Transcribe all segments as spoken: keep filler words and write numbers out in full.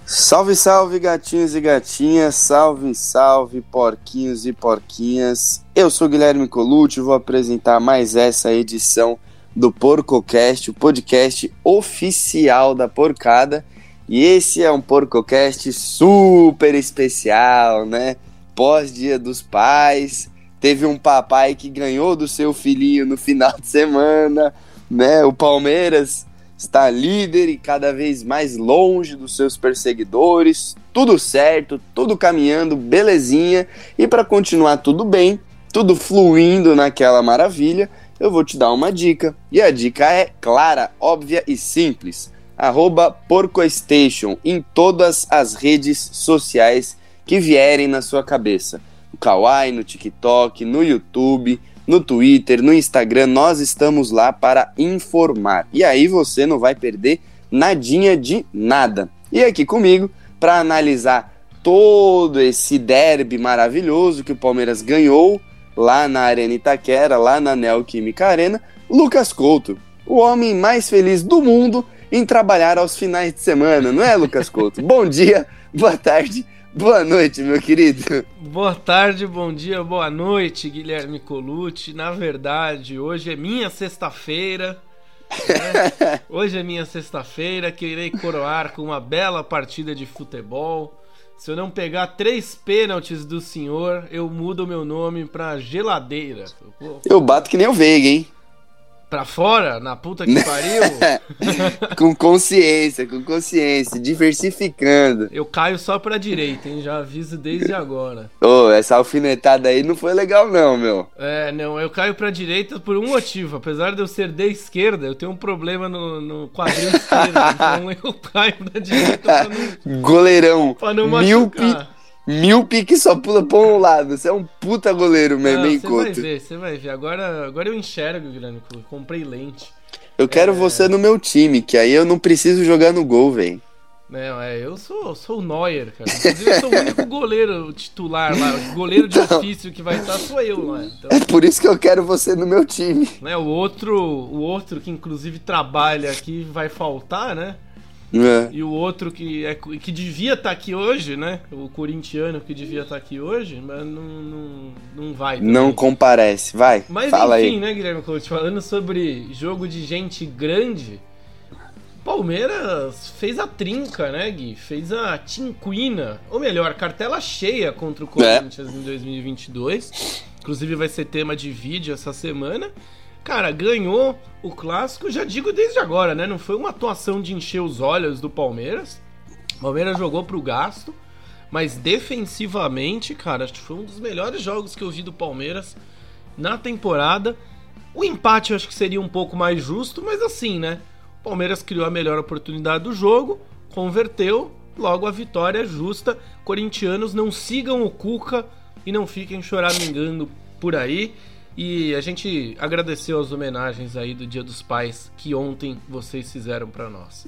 Salve, salve, gatinhos e gatinhas, salve, salve, porquinhos e porquinhas. Eu sou Guilherme Colucci e vou apresentar mais essa edição do PorcoCast, o podcast oficial da porcada. E esse é um PorcoCast super especial, né? Pós-Dia dos Pais, teve um papai que ganhou do seu filhinho no final de semana, né? O Palmeiras está líder e cada vez mais longe dos seus perseguidores. Tudo certo, tudo caminhando, belezinha. E para continuar tudo bem, tudo fluindo naquela maravilha, eu vou te dar uma dica. E a dica é clara, óbvia e simples. Arroba PorcoStation em todas as redes sociais que vierem na sua cabeça. No Kawaii, no TikTok, no YouTube, no Twitter, no Instagram, nós estamos lá para informar. E aí você não vai perder nadinha de nada. E aqui comigo, para analisar todo esse derby maravilhoso que o Palmeiras ganhou lá na Arena Itaquera, lá na Neoquímica Arena, Lucas Couto, o homem mais feliz do mundo em trabalhar aos finais de semana, não é, Lucas Couto? Bom dia, boa tarde, boa noite, meu querido. Boa tarde, bom dia, boa noite, Guilherme Colucci. Na verdade, hoje é minha sexta-feira, né? Hoje é minha sexta-feira que eu irei coroar com uma bela partida de futebol. Se eu não pegar três pênaltis do senhor, eu mudo meu nome pra geladeira. Eu bato que nem o Veiga, hein? Pra fora? Na puta que pariu? Com consciência, com consciência, diversificando. Eu caio só pra direita, hein? Já aviso desde agora. Ô, oh, essa alfinetada aí não foi legal não, meu. É, não, eu caio pra direita por um motivo. Apesar de eu ser de esquerda, eu tenho um problema no, no quadril esquerdo. Então eu caio pra direita pra não... Goleirão. Pra não Míope. machucar. Míope que só pula pra um lado. Você é um puta goleiro mesmo, hein, Couto? Você vai ver, você vai ver. Agora, agora eu enxergo, Guilherme. Comprei lente. Eu quero é... você no meu time, que aí eu não preciso jogar no gol, velho. Não, é, eu sou, sou o Neuer, cara. Inclusive, eu sou o único goleiro titular lá. O goleiro de Então, ofício que vai estar sou eu lá. Então, é por isso que eu quero você no meu time. né, o outro, o outro que inclusive trabalha aqui vai faltar, né? É. E o outro que, é, que devia estar aqui hoje, né? O corintiano que devia estar aqui hoje, mas não, não, não vai. Também. Não comparece, vai. Mas fala enfim, aí. né, Guilherme Couto? Falando sobre jogo de gente grande, Palmeiras fez a trinca, né, Gui? Fez a tinquina, ou melhor, cartela cheia contra o Corinthians é. em dois mil e vinte e dois. Inclusive vai ser tema de vídeo essa semana. Cara, ganhou o clássico, já digo desde agora, né? Não foi uma atuação de encher os olhos do Palmeiras. O Palmeiras jogou pro gasto, mas defensivamente, cara, acho que foi um dos melhores jogos que eu vi do Palmeiras na temporada. O empate eu acho que seria um pouco mais justo, mas assim, né? O Palmeiras criou a melhor oportunidade do jogo, converteu, logo a vitória justa. Corintianos, não sigam o Cuca e não fiquem choramingando por aí. E a gente agradeceu as homenagens aí do Dia dos Pais que ontem vocês fizeram pra nós.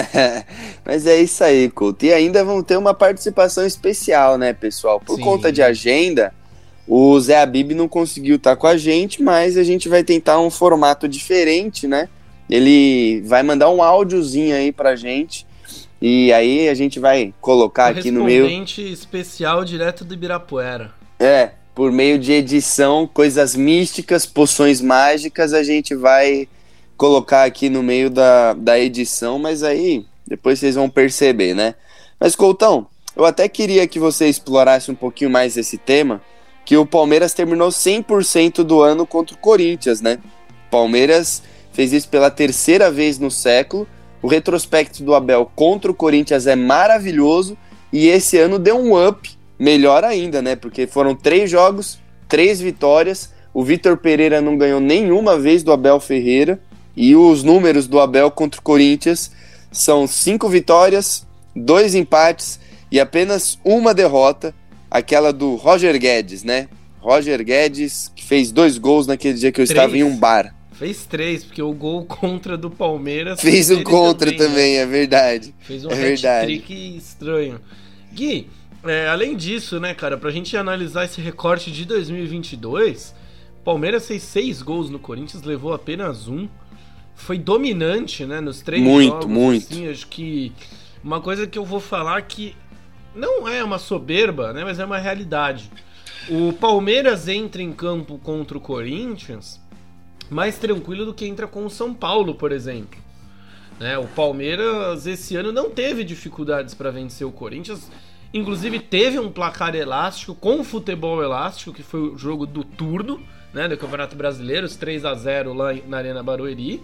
Mas é isso aí, Couto. E ainda vão ter uma participação especial, né, pessoal? Por Sim. conta de agenda, o Zé Habib não conseguiu estar com a gente, mas a gente vai tentar um formato diferente, né? Ele vai mandar um áudiozinho aí pra gente. E aí a gente vai colocar aqui no meio... Correspondente especial direto do Ibirapuera. É. Por meio de edição, coisas místicas, poções mágicas, a gente vai colocar aqui no meio da, da edição, mas aí depois vocês vão perceber, né? Mas, Coutão, eu até queria que você explorasse um pouquinho mais esse tema, que o Palmeiras terminou cem por cento do ano contra o Corinthians, né? O Palmeiras fez isso pela terceira vez no século, o retrospecto do Abel contra o Corinthians é maravilhoso, e esse ano deu um up, melhor ainda, né? Porque foram três jogos, três vitórias. O Vitor Pereira não ganhou nenhuma vez do Abel Ferreira. E os números do Abel contra o Corinthians são cinco vitórias, dois empates e apenas uma derrota. Aquela do Roger Guedes, né? Roger Guedes, que fez dois gols naquele dia que eu três. estava em um bar. Fez três, porque o gol contra do Palmeiras... Fez o contra também, também né? é verdade. Fez um é hat-trick estranho. Gui... É, além disso, né, cara, pra gente analisar esse recorte de dois mil e vinte e dois, Palmeiras fez seis gols no Corinthians, levou apenas um. Foi dominante, né, nos três muito, jogos. Muito, muito. Assim, acho que uma coisa que eu vou falar que não é uma soberba, né, mas é uma realidade. O Palmeiras entra em campo contra o Corinthians mais tranquilo do que entra com o São Paulo, por exemplo. Né, o Palmeiras esse ano não teve dificuldades para vencer o Corinthians. Inclusive teve um placar elástico com futebol elástico, que foi o jogo do turno, né, do Campeonato Brasileiro, os três a zero lá na Arena Barueri.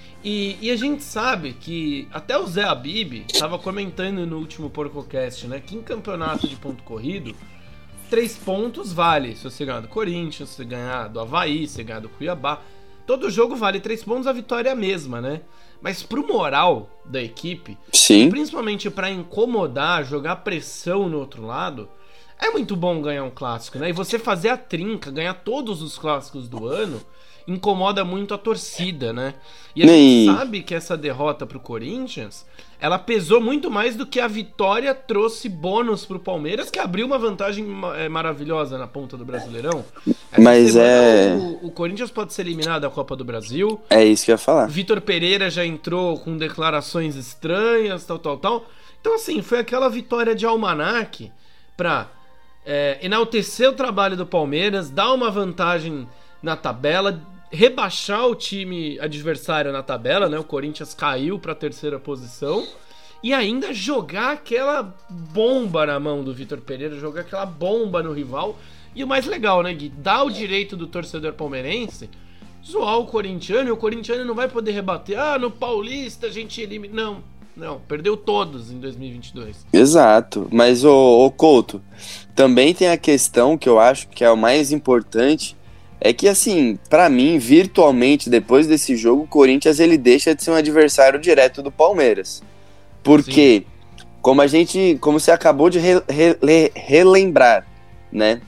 E, e a gente sabe que até o Zé Habib estava comentando no último PorcoCast, né, que em campeonato de ponto corrido, três pontos vale. Se você ganhar do Corinthians, se você ganhar do Avaí, se você ganhar do Cuiabá, todo jogo vale três pontos, a vitória é a mesma, né? Mas pro moral da equipe, sim, principalmente para incomodar, jogar pressão no outro lado, é muito bom ganhar um clássico, né? E você fazer a trinca, ganhar todos os clássicos do ano, incomoda muito a torcida, né? E a Nem... gente sabe que essa derrota pro Corinthians, ela pesou muito mais do que a vitória trouxe bônus pro Palmeiras, que abriu uma vantagem é, maravilhosa na ponta do Brasileirão. Essa Mas semana, é... O, o Corinthians pode ser eliminado da Copa do Brasil. É isso que eu ia falar. Vitor Pereira já entrou com declarações estranhas, tal, tal, tal. Então, assim, foi aquela vitória de almanaque pra é, enaltecer o trabalho do Palmeiras, dar uma vantagem na tabela, rebaixar o time adversário na tabela, né? O Corinthians caiu para a terceira posição e ainda jogar aquela bomba na mão do Vitor Pereira, jogar aquela bomba no rival. E o mais legal, né, Gui? Dá o direito do torcedor palmeirense zoar o corintiano, e o corintiano não vai poder rebater. Ah, no Paulista a gente elimina. Não, não, perdeu todos em dois mil e vinte e dois. Exato, mas o, o Couto, também tem a questão que eu acho que é o mais importante. É que, assim, pra mim, virtualmente, depois desse jogo, o Corinthians ele deixa de ser um adversário direto do Palmeiras. Porque, sim, como a gente, como você acabou de re, re, relembrar, né?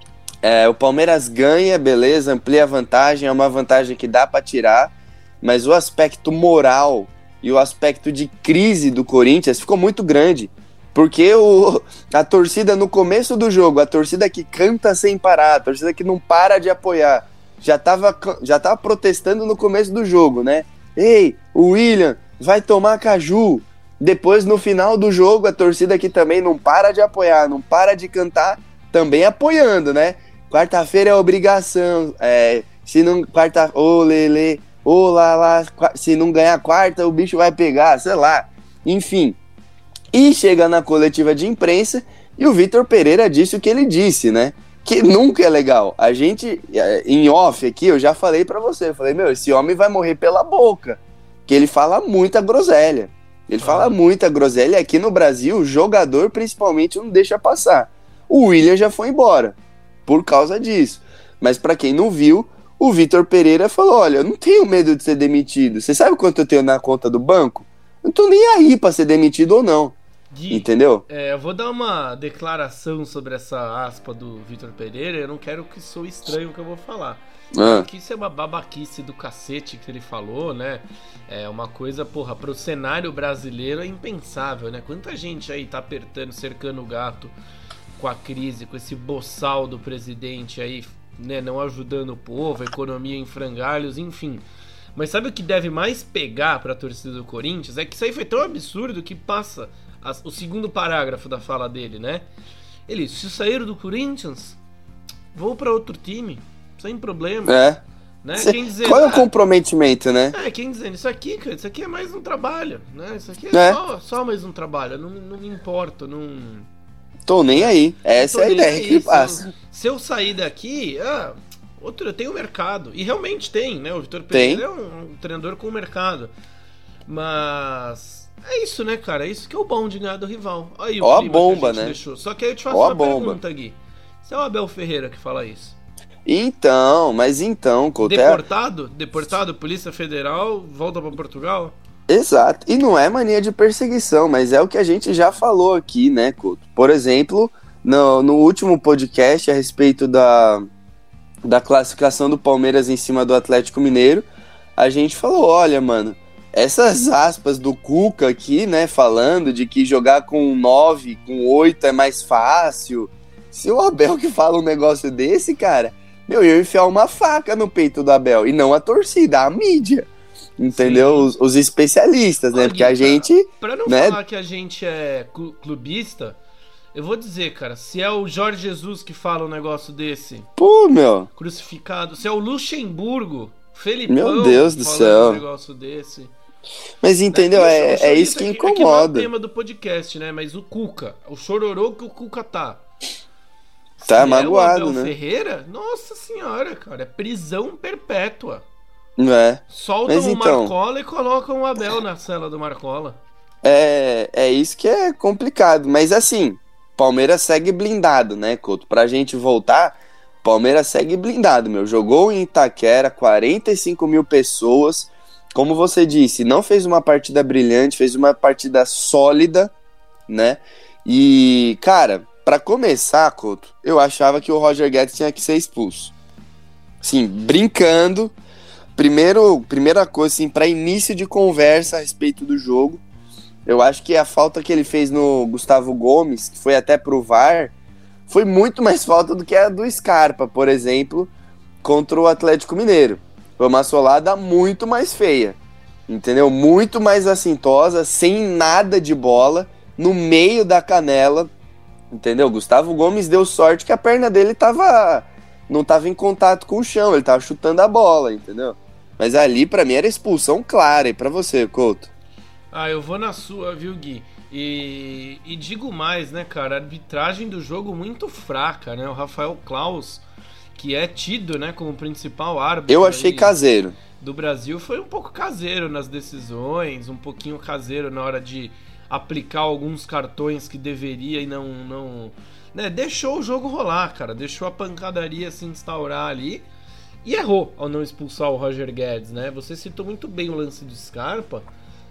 É, o Palmeiras ganha, beleza, amplia a vantagem, é uma vantagem que dá pra tirar, mas o aspecto moral e o aspecto de crise do Corinthians ficou muito grande. Porque o, a torcida no começo do jogo, a torcida que canta sem parar, a torcida que não para de apoiar, já tava, já tava protestando no começo do jogo, né? Ei, o William vai tomar caju. Depois, no final do jogo, a torcida que também não para de apoiar, não para de cantar, também apoiando, né? Quarta-feira é obrigação, é, se não, quarta, ô lele, ô lá lá, se não ganhar quarta, o bicho vai pegar, sei lá, enfim. E chega na coletiva de imprensa e o Vitor Pereira disse o que ele disse, né? Que nunca é legal. A gente, em off aqui, eu já falei pra você, eu falei, meu, esse homem vai morrer pela boca, que ele fala muita groselha. Ele ah. fala muita groselha, e aqui no Brasil, o jogador principalmente não deixa passar. O William já foi embora, por causa disso. Mas pra quem não viu, o Vitor Pereira falou, olha, eu não tenho medo de ser demitido. Você sabe quanto eu tenho na conta do banco? Eu não tô nem aí pra ser demitido ou não. Gui, entendeu? É, eu vou dar uma declaração sobre essa aspa do Vitor Pereira. Eu não quero que soe estranho o que eu vou falar. Ah. Que isso é uma babaquice do cacete que ele falou, né? É uma coisa, porra, pro cenário brasileiro é impensável, né? Quanta gente aí tá apertando, cercando o gato com a crise, com esse boçal do presidente aí, né? Não ajudando o povo, a economia em frangalhos, enfim. Mas sabe o que deve mais pegar pra torcida do Corinthians? É que isso aí foi tão absurdo que passa a, o segundo parágrafo da fala dele, né? Ele, se sair do Corinthians, vou pra outro time, sem problema. É. Né? Cê, quem dizer, qual é o ah, comprometimento, né? É, quem dizendo, isso aqui, cara, isso aqui é mais um trabalho, né? Isso aqui é, é. Só, só mais um trabalho, não, não me importo, não... Tô nem aí, essa é a ideia que ele passa. Se, se eu sair daqui, ah, outro, eu tenho mercado, e realmente tem, né? O Vitor Pereira é um, um treinador com mercado, mas... É isso, né, cara? É isso que é o bom de ganhar do rival. Aí o Ó a bomba, né? Deixou. Só que aí eu te faço Ó uma a bomba. pergunta, Gui. Se é o Abel Ferreira que fala isso. Então, mas então... Couto, Deportado? É... Deportado? Polícia Federal? Volta pra Portugal? Exato. E não é mania de perseguição, mas é o que a gente já falou aqui, né, Couto? Por exemplo, no, no último podcast a respeito da, da classificação do Palmeiras em cima do Atlético Mineiro, a gente falou, olha, mano, essas aspas do Cuca aqui, né, falando de que jogar com nove, com oito é mais fácil. Se o Abel que fala um negócio desse, cara, meu, eu ia enfiar uma faca no peito do Abel. E não a torcida, a mídia. entendeu? Os, os especialistas, né? Olha, Porque a pra, gente... Pra não né? falar que a gente é clubista, eu vou dizer, cara, se é o Jorge Jesus que fala um negócio desse... Pô, meu... Crucificado. Se é o Luxemburgo, Felipão... Meu Deus do falando céu. um negócio desse... Mas entendeu? Né? É, o é isso que é incomoda. É que não é o tema do podcast, né? Mas o Cuca, o chororô que o Cuca tá. Tá Se magoado, é o Abel né? Ferreira, nossa senhora, cara, é prisão perpétua. É. Soltam Mas o então, Marcola e colocam o Abel na cela do Marcola. é, é isso que é complicado. Mas assim, Palmeiras segue blindado, né, Couto? Pra gente voltar, Palmeiras segue blindado, meu. Jogou em Itaquera, quarenta e cinco mil pessoas. Como você disse, não fez uma partida brilhante, fez uma partida sólida, né? E, cara, pra começar, Couto, eu achava que o Roger Guedes tinha que ser expulso. Sim, brincando. Primeiro, primeira coisa, assim, pra início de conversa a respeito do jogo, eu acho que a falta que ele fez no Gustavo Gomes, que foi até pro V A R, foi muito mais falta do que a do Scarpa, por exemplo, contra o Atlético Mineiro. Foi uma solada muito mais feia, entendeu? Muito mais assintosa, sem nada de bola, no meio da canela, entendeu? Gustavo Gomes deu sorte que a perna dele tava, não tava em contato com o chão, ele tava chutando a bola, entendeu? Mas ali, pra mim, era expulsão clara. E pra você, Couto? Ah, eu vou na sua, viu, Gui? E, e digo mais, né, cara? A arbitragem do jogo muito fraca, né? O Rafael Claus, que é tido, né, como principal árbitro... Eu achei caseiro. Do Brasil, foi um pouco caseiro nas decisões, um pouquinho caseiro na hora de aplicar alguns cartões que deveria e não... não né? Deixou o jogo rolar, cara. Deixou a pancadaria se instaurar ali. E errou ao não expulsar o Roger Guedes, né? Você citou muito bem o lance do Scarpa.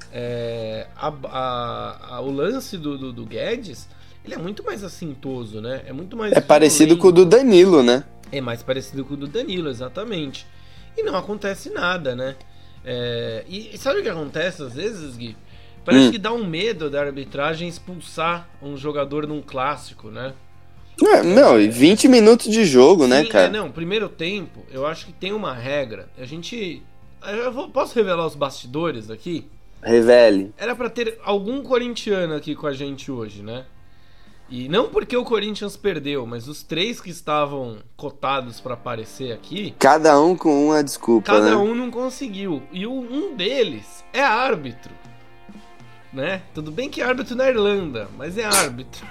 É, a, a, a, o lance do, do, do Guedes, ele é muito mais assintoso, né? É muito mais É parecido com o do Danilo, né? É mais parecido com o do Danilo, exatamente. E não acontece nada, né? É, e, e sabe o que acontece às vezes, Gui? Parece hum. que dá um medo da arbitragem expulsar um jogador num clássico, né? É, não, e vinte minutos de jogo, Sim, né, cara? É, não, primeiro tempo, eu acho que tem uma regra. A gente... Eu vou, posso revelar os bastidores aqui? Revele. Era pra ter algum corintiano aqui com a gente hoje, né? E não porque o Corinthians perdeu, mas os três que estavam cotados pra aparecer aqui... Cada um com uma desculpa, Cada né? um não conseguiu. E o, um deles é árbitro, né? Tudo bem que é árbitro na Irlanda, mas é árbitro.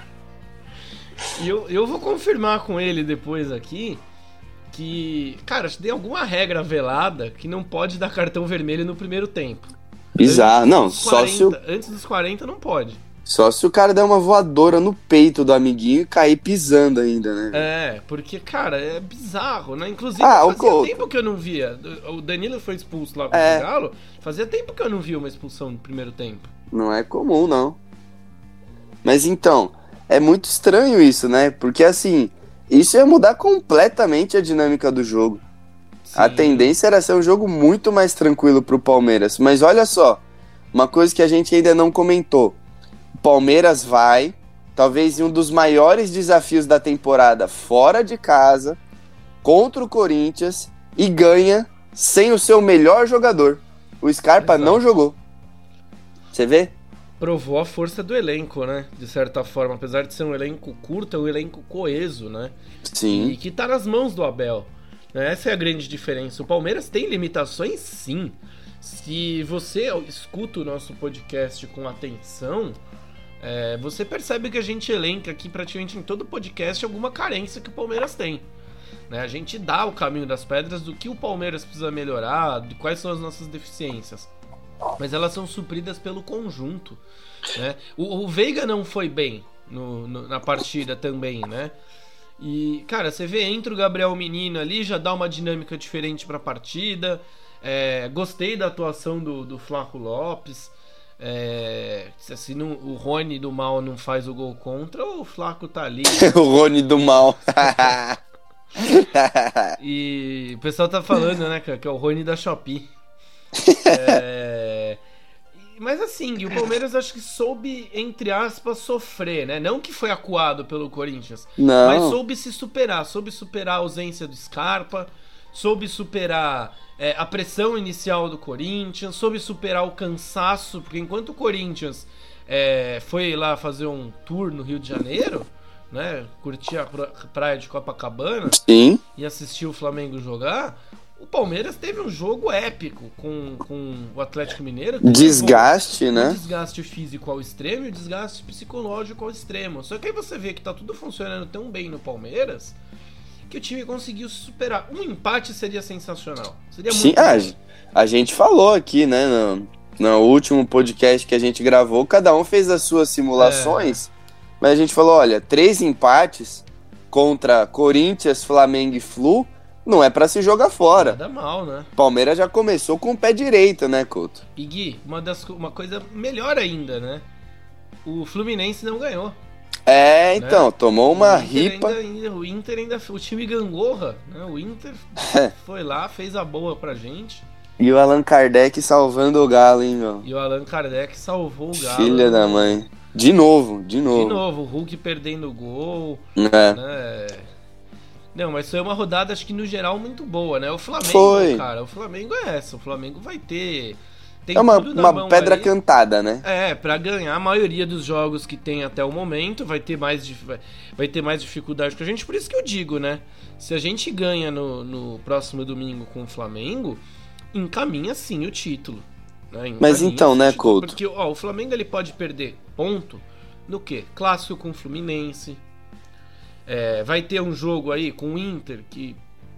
E eu, eu vou confirmar com ele depois aqui que, cara, tem alguma regra velada que não pode dar cartão vermelho no primeiro tempo. Bizarro. Não, quarenta, só se o... Antes dos quarenta não pode. Só se o cara der uma voadora no peito do amiguinho e cair pisando ainda, né? É, porque, cara, é bizarro, né? Inclusive, ah, fazia o... tempo que eu não via. O Danilo foi expulso lá com é. o Galo. Fazia tempo que eu não via uma expulsão no primeiro tempo. Não é comum, não. Mas então... É muito estranho isso, né? Porque, assim, isso ia mudar completamente a dinâmica do jogo. Sim. A tendência era ser um jogo muito mais tranquilo pro Palmeiras. Mas olha só, uma coisa que a gente ainda não comentou. O Palmeiras vai, talvez em um dos maiores desafios da temporada, fora de casa, contra o Corinthians, e ganha sem o seu melhor jogador. O Scarpa Exato. Não jogou. Você vê? Provou a força do elenco, né? De certa forma, apesar de ser um elenco curto, é um elenco coeso, né? Sim. E que tá nas mãos do Abel. Essa é a grande diferença. O Palmeiras tem limitações, sim. Se você escuta o nosso podcast com atenção, é, você percebe que a gente elenca aqui praticamente em todo podcast alguma carência que o Palmeiras tem. Né? A gente dá o caminho das pedras do que o Palmeiras precisa melhorar, de quais são as nossas deficiências. Mas elas são supridas pelo conjunto, né? O, o Veiga não foi bem no, no, na partida também, né? E, cara, você vê, entra o Gabriel Menino ali, já dá uma dinâmica diferente pra partida. É, gostei da atuação do, do Flaco Lopes. É, se não, o Rony do Mal não faz o gol contra, o Flaco tá ali. O Rony do Mal. E o pessoal tá falando, né, que é o Rony da Shopee. É... Mas assim, o Palmeiras acho que soube, entre aspas, sofrer, né? Não que foi acuado pelo Corinthians, não. Mas soube se superar, soube superar a ausência do Scarpa, soube superar é, a pressão inicial do Corinthians, soube superar o cansaço, porque enquanto o Corinthians é, foi lá fazer um tour no Rio de Janeiro, né, curtir a praia de Copacabana, sim, e assistir o Flamengo jogar, o Palmeiras teve um jogo épico com, com o Atlético Mineiro. Desgaste, né? O desgaste físico ao extremo e o desgaste psicológico ao extremo. Só que aí você vê que tá tudo funcionando tão bem no Palmeiras que o time conseguiu superar. Um empate seria sensacional. Seria muito Sim, a, a gente falou aqui, né, no, no último podcast que a gente gravou, cada um fez as suas simulações, é. mas a gente falou, olha, três empates contra Corinthians, Flamengo e Flu, não é pra se jogar fora. Nada mal, né? Palmeiras já começou com o pé direito, né, Couto? E Gui, uma, das, uma coisa melhor ainda, né? O Fluminense não ganhou. É, então, né? Tomou uma o ripa. Ainda, o Inter ainda... O time gangorra, né? O Inter foi lá, fez a boa pra gente. E o Allan Kardec salvando o Galo, hein, meu? E o Allan Kardec salvou o Galo. Filha da mãe. De novo, de novo. De novo, o Hulk perdendo o gol. É. Né? Não, mas foi uma rodada, acho que no geral, muito boa, né? O Flamengo, foi. cara, o Flamengo é essa. O Flamengo vai ter... Tem é uma, tudo na uma mão pedra aí. cantada, né? É, pra ganhar a maioria dos jogos que tem até o momento, vai ter mais, vai, vai ter mais dificuldade com a gente. Por isso que eu digo, né? Se a gente ganha no, no próximo domingo com o Flamengo, encaminha sim o título. Né? Mas então, né, título, Couto? Porque ó, o Flamengo ele pode perder ponto no quê? Clássico com o Fluminense. É, vai ter um jogo aí com o Inter que...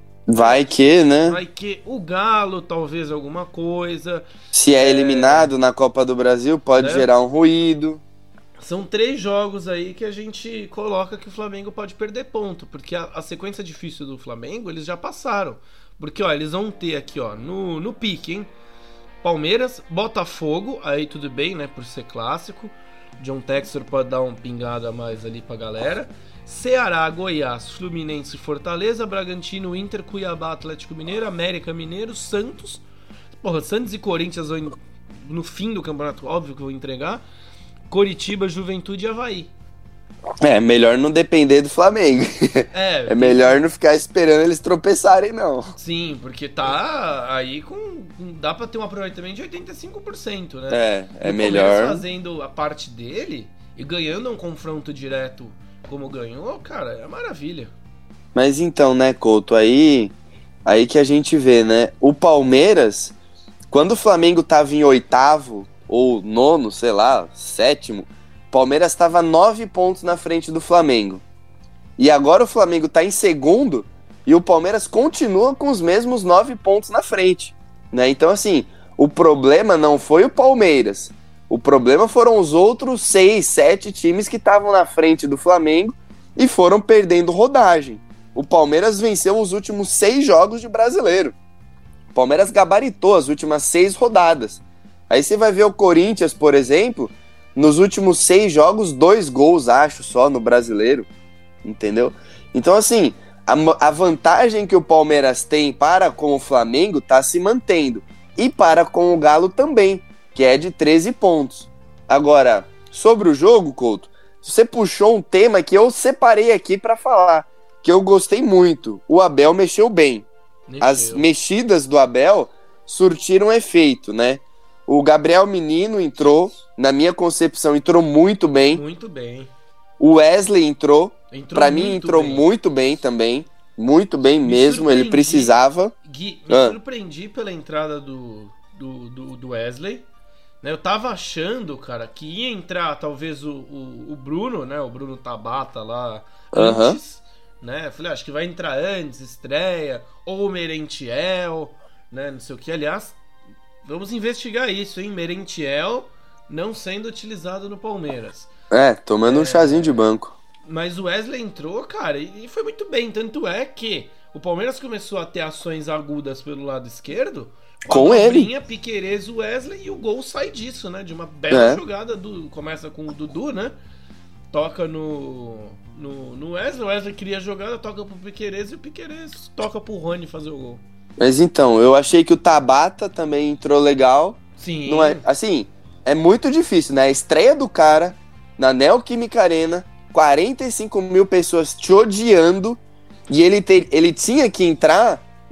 Vai que, né? Vai que o Galo, talvez alguma coisa. Se é, é... eliminado na Copa do Brasil, pode né? gerar um ruído. São três jogos aí que a gente coloca que o Flamengo pode perder ponto. Porque a, a sequência difícil do Flamengo, eles já passaram. Porque, ó, eles vão ter aqui, ó, no, no pique, hein? Palmeiras, Botafogo, aí tudo bem, né? Por ser clássico. John Textor pode dar um pingado a mais ali pra galera. Ceará, Goiás, Fluminense, Fortaleza, Bragantino, Inter, Cuiabá, Atlético Mineiro, América Mineiro, Santos. Porra, Santos e Corinthians vão no fim do campeonato, óbvio que eu vou entregar. Coritiba, Juventude e Avaí. É, melhor não depender do Flamengo. É, é melhor não ficar esperando eles tropeçarem, não. Sim, porque tá aí com... Dá pra ter um aproveitamento de oitenta e cinco por cento, né? É, é e o melhor... Palmeiras fazendo a parte dele e ganhando um confronto direto como ganhou, cara, é maravilha. Mas então, né, Couto, aí, aí que a gente vê, né, o Palmeiras, quando o Flamengo tava em oitavo, ou nono, sei lá, sétimo, o Palmeiras estava nove pontos na frente do Flamengo. E agora o Flamengo tá em segundo, e o Palmeiras continua com os mesmos nove pontos na frente, né, então assim, o problema não foi o Palmeiras, o problema foram os outros seis, sete times que estavam na frente do Flamengo e foram perdendo rodagem. O Palmeiras venceu os últimos seis jogos de Brasileiro. O Palmeiras gabaritou as últimas seis rodadas. Aí você vai ver o Corinthians, por exemplo, nos últimos seis jogos, dois gols, acho, só no Brasileiro. Entendeu? Então, assim, a, a vantagem que o Palmeiras tem para com o Flamengo está se mantendo. E para com o Galo também, que é de treze pontos. Agora, sobre o jogo, Couto, você puxou um tema que eu separei aqui para falar, que eu gostei muito. O Abel mexeu bem. Mexeu. As mexidas do Abel surtiram efeito, né? O Gabriel Menino entrou, na minha concepção, entrou muito bem. Muito bem. O Wesley entrou, entrou para mim entrou bem. muito bem também. Muito bem me mesmo, ele precisava. Gui, me ah. surpreendi pela entrada do, do, do, do Wesley. Eu tava achando, cara, que ia entrar talvez o, o, o Bruno, né? O Bruno Tabata lá antes, uhum. né? Falei, acho que vai entrar antes, estreia, ou o Merentiel, né? Não sei o que. Aliás, vamos investigar isso, hein? Merentiel não sendo utilizado no Palmeiras. É, tomando é, um chazinho de banco. Mas o Wesley entrou, cara, e foi muito bem. Tanto é que o Palmeiras começou a ter ações agudas pelo lado esquerdo. Com ele. Piquerez, Wesley, e o gol sai disso, né? De uma bela é. jogada. Do, começa com o Dudu, né? Toca no, no, no Wesley. O Wesley cria a jogada, toca pro Piquerez e o Piquerez toca pro Rony fazer o gol. Mas então, eu achei que o Tabata também entrou legal. Sim. Não é, assim, é muito difícil, né? A estreia do cara na Neoquímica Arena, quarenta e cinco mil pessoas te odiando, e ele, te, ele tinha que entrar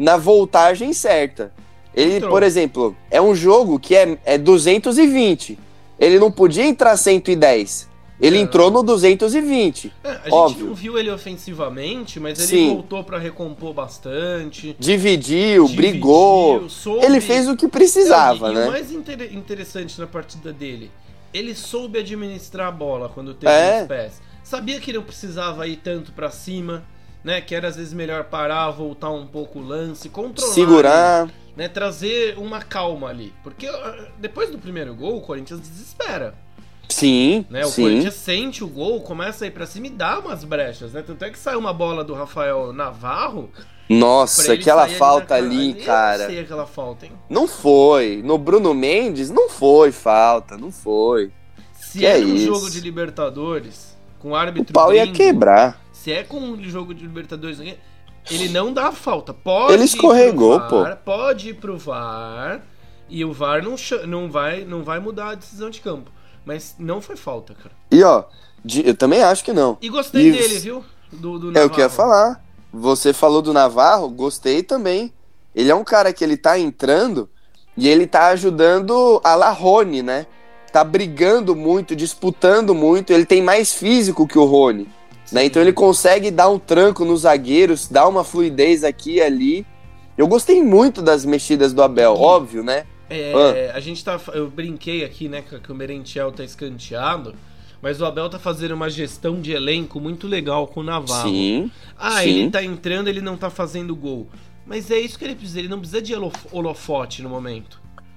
na voltagem certa. Ele, Entrou. por exemplo, é um jogo que é, é duzentos e vinte. Ele não podia entrar cento e dez. Ele É. entrou no duzentos e vinte. É, a gente Óbvio. não viu ele ofensivamente, mas ele Sim. voltou pra recompor bastante. Dividiu, Dividiu, brigou. soube- Ele fez o que precisava, Não, e, né? E o mais inter- interessante na partida dele, ele soube administrar a bola quando teve É. nos pés. Sabia que não precisava ir tanto pra cima, né? Que era às vezes melhor parar, voltar um pouco o lance, controlar. Segurar. Né, trazer uma calma ali. Porque uh, depois do primeiro gol, o Corinthians desespera. Sim, Né? O sim. Corinthians sente o gol, começa a ir pra cima e dá umas brechas. Né? Tanto é que saiu uma bola do Rafael Navarro. pra Nossa, ele aquela sair falta na- ali, Eu cara. não sei aquela falta, hein? Não foi. No Bruno Mendes, não foi falta, não foi. Se Que é é um isso? jogo de Libertadores, com O árbitro pau ia gringo, quebrar. se é com um jogo de Libertadores, ele não dá falta. Pode Ele escorregou, ir pro VAR, pode ir pro VAR, e o VAR não, cha- não, vai, não vai mudar a decisão de campo. Mas não foi falta, cara. E ó, de- eu também acho que não. E gostei E dele, viu? Do, do É o que eu ia Navarro. falar. Você falou do Navarro, gostei também. Ele é um cara que ele tá entrando e ele tá ajudando a La Rony, né? Tá brigando muito, disputando muito. Ele tem mais físico que o Rony, né? Então ele consegue dar um tranco nos zagueiros, dar uma fluidez aqui e ali. Eu gostei muito das mexidas do Abel, E- óbvio, né? É, a gente tá. Eu brinquei aqui, né, que o Merentiel tá escanteado, mas o Abel tá fazendo uma gestão de elenco muito legal com o Navarro. Sim. Ah, sim. ele tá entrando, ele não tá fazendo gol. Mas é isso que ele precisa, ele não precisa de holof- holofote no momento.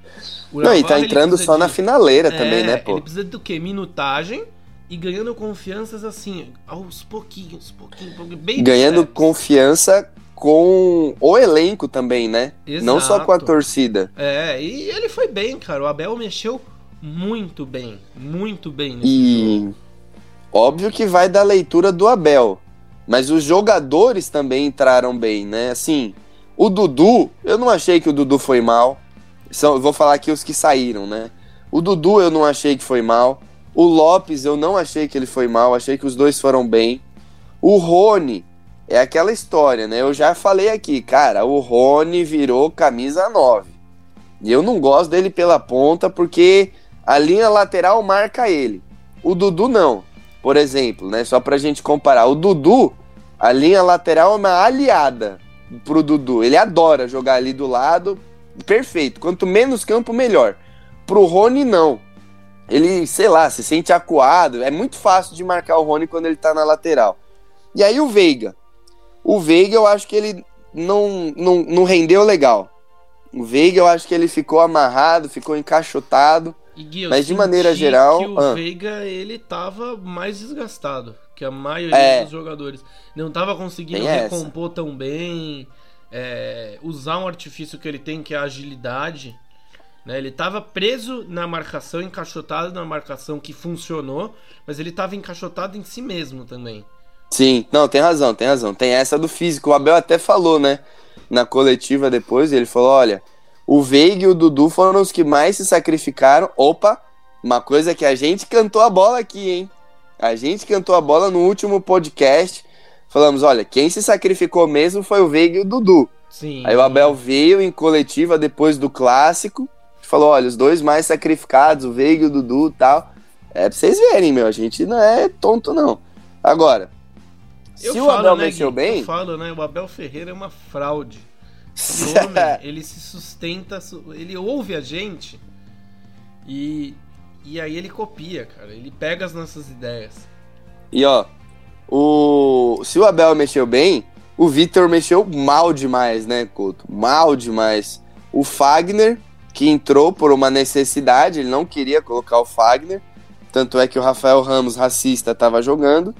O Não, e Navarro, tá ele entrando precisa só na de- finaleira É, também, né, pô? Ele precisa do quê? Minutagem e ganhando confianças assim, aos pouquinhos, pouquinho, pouquinho, baby Ganhando steps. confiança com o elenco também, né? Não só com a Exato. torcida. É, e ele foi bem, cara. O Abel mexeu muito bem, muito bem nesse E jogo. óbvio que vai da leitura do Abel, mas os jogadores também entraram bem, né? Assim, o Dudu, eu não achei que o Dudu foi mal. São, eu vou falar aqui os que saíram, né? O Dudu eu não achei que foi mal. O Lopes eu não achei que ele foi mal, achei que os dois foram bem. O Rony é aquela história, né? Eu já falei aqui, cara, o Rony virou camisa nove. E eu não gosto dele pela ponta porque a linha lateral marca ele. O Dudu não. Por exemplo, né? Só pra gente comparar. O Dudu, a linha lateral é uma aliada pro Dudu. Ele adora jogar ali do lado. Perfeito. Quanto menos campo, melhor. Pro Rony, não. Ele, sei lá, se sente acuado. É muito fácil de marcar o Rony quando ele tá na lateral. E aí o Veiga. O Veiga eu acho que ele não, não, não rendeu legal. O Veiga eu acho que ele ficou amarrado, ficou encaixotado. E, Gui, eu Mas de senti maneira geral, que o ah. Veiga, ele tava mais desgastado que a maioria É. dos jogadores. Não tava conseguindo Tem essa. recompor tão bem, é, usar um artifício que ele tem, que é a agilidade. Né? Ele tava preso na marcação, encaixotado na marcação que funcionou, mas ele tava encaixotado em si mesmo também. Sim, não, tem razão, tem razão. Tem essa do físico. O Abel até falou, né? Na coletiva depois, ele falou, olha, o Veiga e o Dudu foram os que mais se sacrificaram. Opa, uma coisa que a gente cantou a bola aqui, hein? A gente cantou a bola no último podcast. Falamos, olha, quem se sacrificou mesmo foi o Veiga e o Dudu. Sim. Aí o Abel veio em coletiva depois do clássico, falou, olha, os dois mais sacrificados, o Veiga e o Dudu e tal. É pra vocês verem, meu, a gente não é tonto, não. Agora, Eu se falo, o Abel né, mexeu Gui? bem... Eu falo, né? O Abel Ferreira é uma fraude. Esse homem, ele se sustenta, ele ouve a gente e, e aí ele copia, cara. Ele pega as nossas ideias. E ó, o... se o Abel mexeu bem, o Vitor mexeu mal demais, né, Couto? Mal demais. O Fagner, que entrou por uma necessidade, ele não queria colocar o Fagner, tanto é que o Rafael Ramos, racista, estava jogando.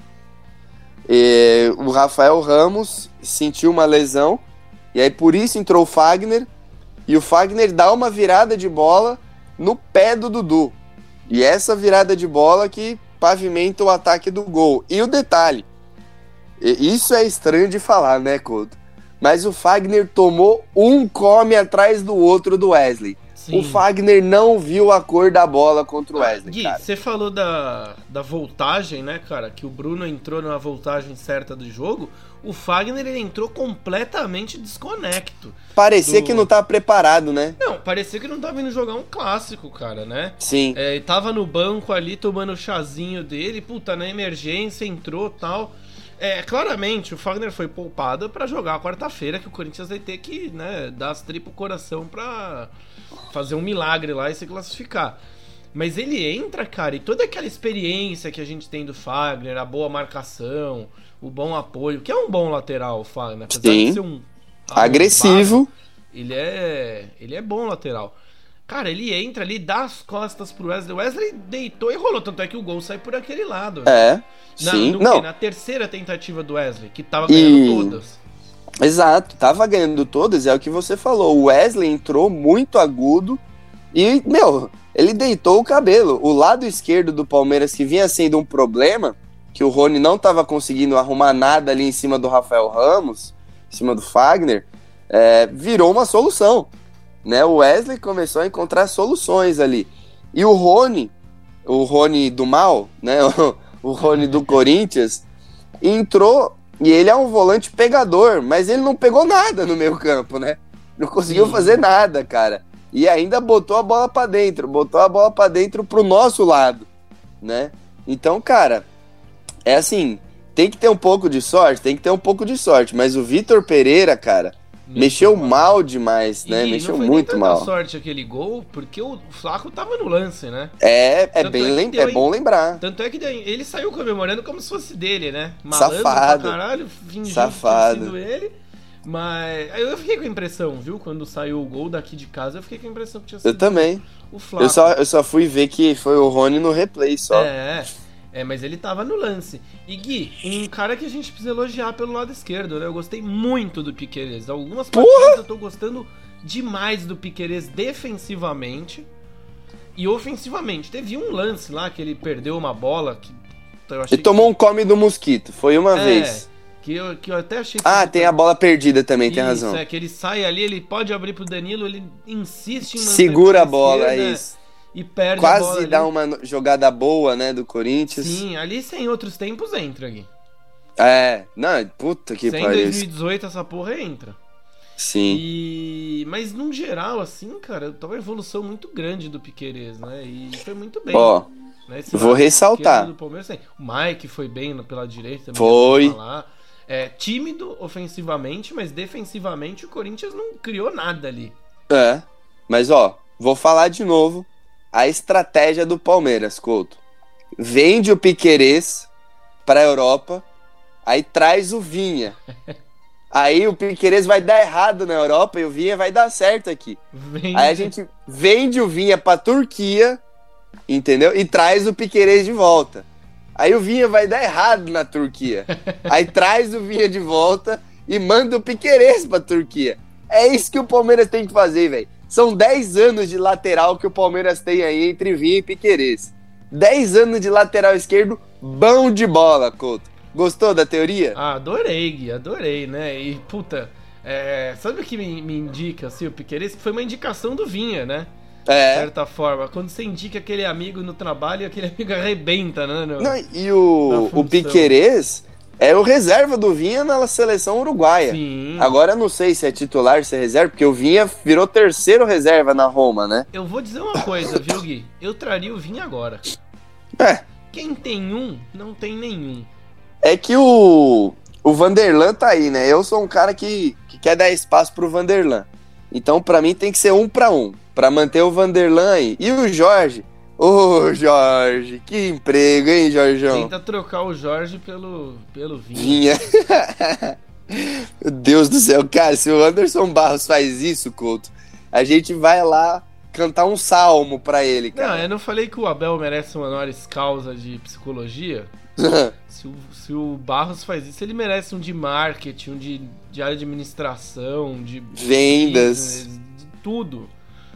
E o Rafael Ramos sentiu uma lesão, e aí por isso entrou o Fagner, e o Fagner dá uma virada de bola no pé do Dudu. E essa virada de bola que pavimenta o ataque do gol. E o detalhe, isso é estranho de falar, né, Couto? Mas o Fagner tomou um come atrás do outro do Wesley. Sim. O Fagner não viu a cor da bola contra o Wesley, Gui, cara. você falou da, da voltagem, né, cara? Que o Bruno entrou na voltagem certa do jogo. o Fagner ele entrou completamente desconecto. Parecia do... que não tava preparado, né? Não, parecia que não tava indo jogar um clássico, cara, né? Sim. É, ele tava no banco ali tomando o chazinho dele, puta, na emergência, entrou e tal. É, claramente o Fagner foi poupado pra jogar a quarta-feira, que o Corinthians vai ter que, né, dar as tripas coração pra fazer um milagre lá e se classificar. Mas ele entra, cara, e toda aquela experiência que a gente tem do Fagner, a boa marcação, o bom apoio, que é um bom lateral, o Fagner, apesar Sim. de ser um agressivo, ele é, ele é bom lateral. Cara, ele entra ali, dá as costas pro Wesley. O Wesley deitou e rolou, tanto é que o gol sai por aquele lado. Né? É, na, sim. No não. quê? Na terceira tentativa do Wesley, que tava ganhando e... todas. Exato, tava ganhando todas, é o que você falou. O Wesley entrou muito agudo e, meu, ele deitou o cabelo. O lado esquerdo do Palmeiras, que vinha sendo um problema, que o Rony não tava conseguindo arrumar nada ali em cima do Rafael Ramos, em cima do Fagner, é, virou uma solução. Né? O Wesley começou a encontrar soluções ali. E o Rony, o Rony do mal, né? o, o Rony do Corinthians, entrou, e ele é um volante pegador, mas ele não pegou nada no meio campo, né? Não conseguiu Sim. fazer nada, cara. E ainda botou a bola pra dentro, botou a bola pra dentro pro nosso lado, né? Então, cara, é assim, tem que ter um pouco de sorte, tem que ter um pouco de sorte, mas o Vitor Pereira, cara, mexeu mal, mal demais, né? E mexeu não foi muito nem mal. tanta sorte aquele gol, porque o Flaco tava no lance, né? É, é, bem é, lem- é bom lembrar. Tanto é que ele saiu comemorando como se fosse dele, né? Malandro Safado. pra caralho, fingiu Safado. que tinha sido ele. Mas eu fiquei com a impressão, viu? Quando saiu o gol daqui de casa, eu fiquei com a impressão que tinha sido eu também. o Flaco. Eu só, eu só fui ver que foi o Rony no replay só. É, é, mas ele tava no lance. E Gui, um cara que a gente precisa elogiar pelo lado esquerdo, né? Eu gostei muito do Piquerez. Algumas partidas eu tô gostando demais do Piquerez defensivamente e ofensivamente. Teve um lance lá que ele perdeu uma bola que eu achei ele tomou que... um come do mosquito, foi uma é, vez. Que eu, que eu até achei... Ah, tem a bola perdida também, Isso, tem razão. É, que ele sai ali, ele pode abrir pro Danilo, ele insiste em manter segura a bola, esquerda, é isso. E perde Quase a bola dá ali. uma jogada boa, né, do Corinthians. Sim, ali sem outros tempos entra, Gui. É, não, puta que sem pariu. dois mil e dezoito essa porra entra. Sim. E... Mas, no geral, assim, cara, tá uma evolução muito grande do Piquerez, né? E foi muito bem. Ó, né? vou ressaltar. Do Palmeiras, assim, o Mike foi bem pela direita. Também foi. Falar. É, tímido ofensivamente, mas defensivamente o Corinthians não criou nada ali. É, mas ó, vou falar de novo a estratégia do Palmeiras, Couto. Vende o Piquerez pra Europa, aí traz o Vinha. Aí o Piquerez vai dar errado na Europa e o Vinha vai dar certo aqui. Vende. Aí a gente vende o Vinha pra Turquia, entendeu? E traz o Piquerez de volta. Aí o Vinha vai dar errado na Turquia. Aí traz o Vinha de volta e manda o Piquerez pra Turquia. É isso que o Palmeiras tem que fazer, velho. São dez anos de lateral que o Palmeiras tem aí entre Vinha e Piquerez. dez anos de lateral esquerdo, bom de bola, Couto. Gostou da teoria? Ah, adorei, Gui, adorei, né? E, puta, é, sabe o que me, me indica, assim, o Piquerez? Que foi uma indicação do Vinha, né? É. De certa forma. Quando você indica aquele amigo no trabalho, aquele amigo arrebenta, né? No, Não, e o, o Piquerez é o reserva do Vinha na seleção uruguaia. Sim. Agora eu não sei se é titular, se é reserva, porque o Vinha virou terceiro reserva na Roma, né? Eu vou dizer uma coisa, viu, Gui? Eu traria o Vinha agora. É. Quem tem um, não tem nenhum. É que o, o Vanderlan tá aí, né? Eu sou um cara que, que quer dar espaço pro Vanderlan. Então, pra mim, tem que ser um pra um. Pra manter o Vanderlan aí. E o Jorge? Ô, oh, Jorge, que emprego, hein, Jorjão? Tenta trocar o Jorge pelo, pelo Vinha. Vinha. Meu Deus do céu, cara, se o Anderson Barros faz isso, Couto, a gente vai lá cantar um salmo pra ele, cara. Não, eu não falei que o Abel merece uma honoris causa de psicologia? se, o, se o Barros faz isso, ele merece um de marketing, um de, de administração, de vendas, business, de tudo.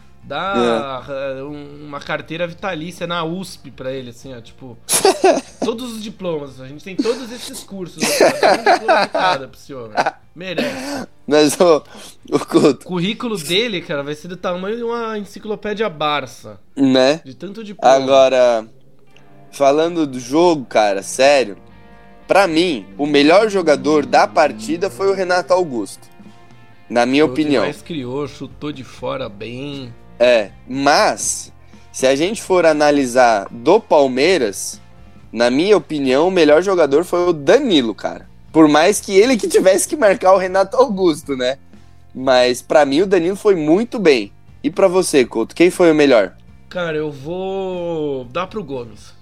Dá é. uma carteira vitalícia na U S P pra ele, assim, ó, tipo, todos os diplomas, a gente tem todos esses cursos, cara, um diploma de cada pra esse homem, merece. Mas o, o, o currículo dele, cara, vai ser do tamanho de uma enciclopédia Barça, né? De tanto diploma. Agora, falando do jogo, cara, sério, pra mim, o melhor jogador da partida foi o Renato Augusto. Na minha foi opinião. O que mais criou, chutou de fora bem. É, mas se a gente for analisar do Palmeiras, na minha opinião, o melhor jogador foi o Danilo, cara. Por mais que ele que tivesse que marcar o Renato Augusto, né? Mas pra mim o Danilo foi muito bem. E pra você, Couto, quem foi o melhor? Cara, eu vou dar pro Gomes.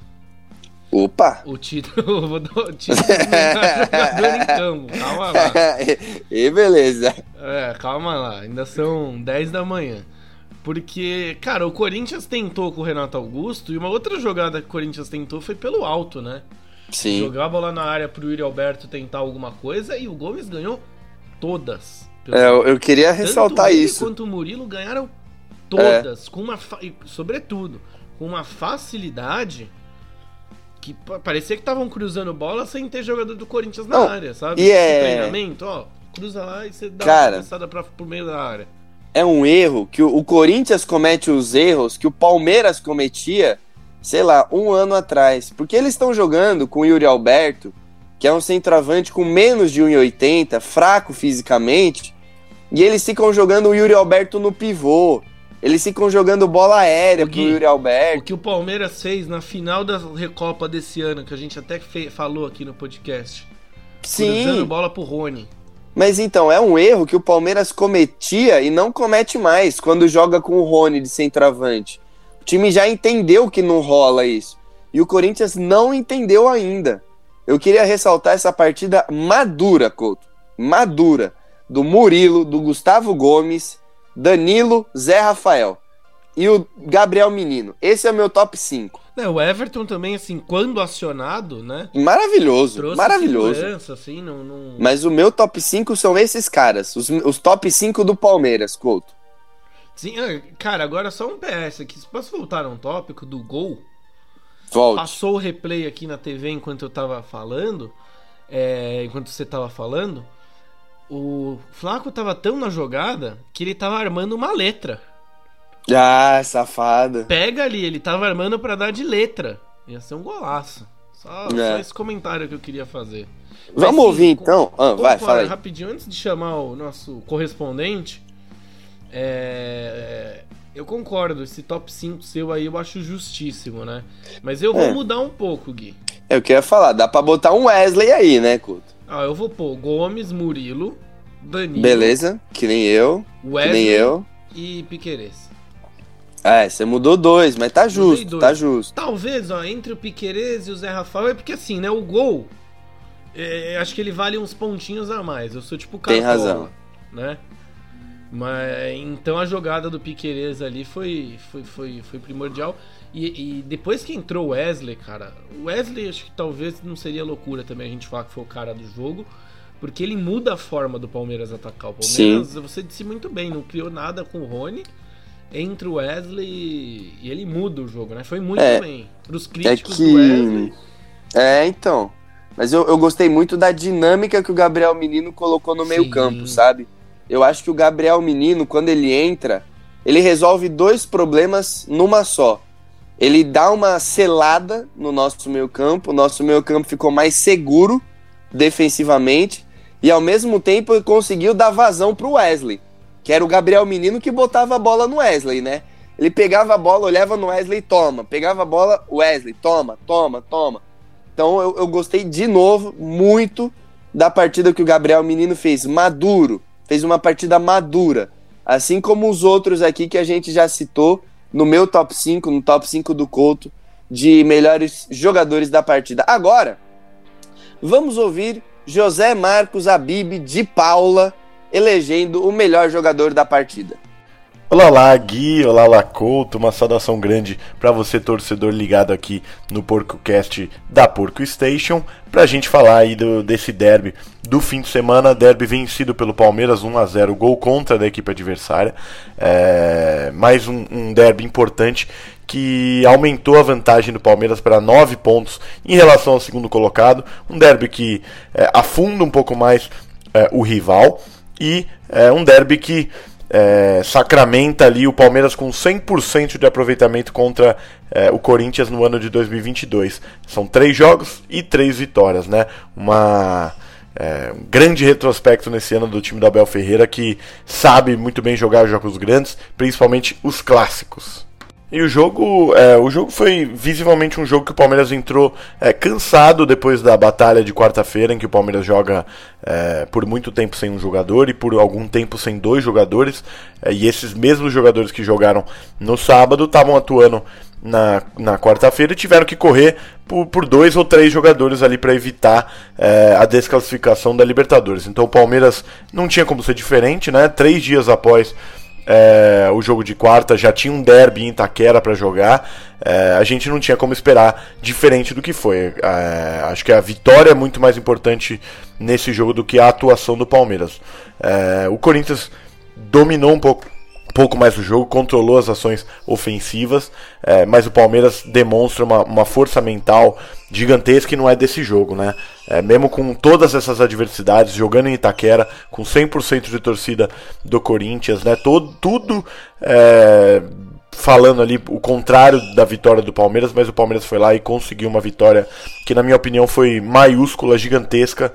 Opa! O título, eu vou dar o título do melhor jogador em campo. Calma lá. E beleza. É, calma lá. Ainda são dez da manhã. Porque, cara, o Corinthians tentou com o Renato Augusto e uma outra jogada que o Corinthians tentou foi pelo alto, né? Sim. Jogar a bola na área pro Yuri Alberto tentar alguma coisa e o Gomes ganhou todas. É, eu, eu queria ressaltar Tanto ele isso. quanto o Murilo ganharam todas, é. com uma fa... sobretudo, com uma facilidade que parecia que estavam cruzando bola sem ter jogador do Corinthians na Não, área, sabe? E é... treinamento, ó, cruza lá e você dá Cara, uma passada pra, pro meio da área. É um erro que o, o Corinthians comete os erros que o Palmeiras cometia, sei lá, um ano atrás. Porque eles estão jogando com o Yuri Alberto, que é um centroavante com menos de um e oitenta, fraco fisicamente, e eles ficam jogando o Yuri Alberto no pivô. Eles ficam jogando bola aérea Gui, pro Yuri Alberto. O que o Palmeiras fez na final da Recopa desse ano, que a gente até fe- falou aqui no podcast. Sim. Cruzando bola pro Rony. Mas então, é um erro que o Palmeiras cometia e não comete mais quando joga com o Rony de centroavante. O time já entendeu que não rola isso. E o Corinthians não entendeu ainda. Eu queria ressaltar essa partida madura, Couto. Madura. Do Murilo, do Gustavo Gomes, Danilo, Zé Rafael e o Gabriel Menino. Esse é o meu top cinco. É, o Everton também, assim, quando acionado, né? Maravilhoso, trouxe maravilhoso. Assim, não, não... Mas o meu top cinco são esses caras, os, os top cinco do Palmeiras, Couto. Sim, cara, agora só um P S aqui. Posso voltar a um tópico do gol? Volte. Passou o replay aqui na T V enquanto eu tava falando, é, enquanto você tava falando. O Flaco tava tão na jogada que ele tava armando uma letra. Ah, safado. Pega ali, ele tava armando pra dar de letra. Ia ser um golaço. Só, é. só esse comentário que eu queria fazer. Vamos Mas, ouvir sim, então? Ah, vai, fala aí. Rapidinho, antes de chamar o nosso correspondente, é... eu concordo, esse top cinco seu aí eu acho justíssimo, né? Mas eu vou é. mudar um pouco, Gui. Eu queria falar, dá pra botar um Wesley aí, né, Couto? Ah, eu vou pôr Gomes, Murilo, Danilo... Beleza, que nem eu, Wesley que nem eu. E Piquerez. É, você mudou dois, mas tá justo, tá justo. Talvez, ó, entre o Piquerez e o Zé Rafael, é porque assim, né, o gol, é, acho que ele vale uns pontinhos a mais. Eu sou tipo Cartola, tem razão, né? Mas então a jogada do Piquerez ali foi, foi, foi, foi primordial. E, e depois que entrou o Wesley, cara, o Wesley acho que talvez não seria loucura também a gente falar que foi o cara do jogo, porque ele muda a forma do Palmeiras atacar. O Palmeiras, Sim. você disse muito bem, não criou nada com o Rony. Entra o Wesley e ele muda o jogo, né? Foi muito é, bem. Pros críticos é que... do Wesley. É, então. Mas eu, eu gostei muito da dinâmica que o Gabriel Menino colocou no meio campo, sabe? Eu acho que o Gabriel Menino, quando ele entra, ele resolve dois problemas numa só. Ele dá uma selada no nosso meio campo, o nosso meio campo ficou mais seguro defensivamente e ao mesmo tempo ele conseguiu dar vazão pro Wesley. Que era o Gabriel Menino que botava a bola no Wesley, né? Ele pegava a bola, olhava no Wesley, toma. Pegava a bola, Wesley, toma, toma, toma. Então eu, eu gostei de novo, muito, da partida que o Gabriel Menino fez. Maduro, fez uma partida madura. Assim como os outros aqui que a gente já citou no meu top cinco, no top cinco do Couto, de melhores jogadores da partida. Agora, vamos ouvir José Marcos Habib de Paula, elegendo o melhor jogador da partida. Olá lá, Gui, olá lá, Couto, uma saudação grande para você, torcedor ligado aqui no PorcoCast da Porco Station, pra gente falar aí do, desse derby do fim de semana, derby vencido pelo Palmeiras, um a zero, gol contra da equipe adversária, é, mais um, um derby importante que aumentou a vantagem do Palmeiras para nove pontos em relação ao segundo colocado, um derby que é, afunda um pouco mais é, o rival, e é um derby que é, sacramenta ali o Palmeiras com cem por cento de aproveitamento contra é, o Corinthians no ano de dois mil e vinte e dois. São três jogos e três vitórias, né? Uma... É, um grande retrospecto nesse ano do time do Abel Ferreira, que sabe muito bem jogar jogos grandes, principalmente os clássicos. E o jogo, é, o jogo foi visivelmente um jogo que o Palmeiras entrou é, cansado depois da batalha de quarta-feira, em que o Palmeiras joga é, por muito tempo sem um jogador e por algum tempo sem dois jogadores, é, e esses mesmos jogadores que jogaram no sábado estavam atuando na, na quarta-feira e tiveram que correr por, por dois ou três jogadores ali para evitar é, a desclassificação da Libertadores. Então o Palmeiras não tinha como ser diferente, né? Três dias após é, o jogo de quarta já tinha um derby em Itaquera para jogar. É, a gente não tinha como esperar diferente do que foi. É, acho que a vitória é muito mais importante nesse jogo do que a atuação do Palmeiras. É, o Corinthians dominou um pouco pouco mais o jogo, controlou as ações ofensivas, é, mas o Palmeiras demonstra uma, uma força mental gigantesca e não é desse jogo, né? É, mesmo com todas essas adversidades, jogando em Itaquera, com cem por cento de torcida do Corinthians, né? Todo, tudo é, falando ali o contrário da vitória do Palmeiras, mas o Palmeiras foi lá e conseguiu uma vitória que, na minha opinião, foi maiúscula, gigantesca,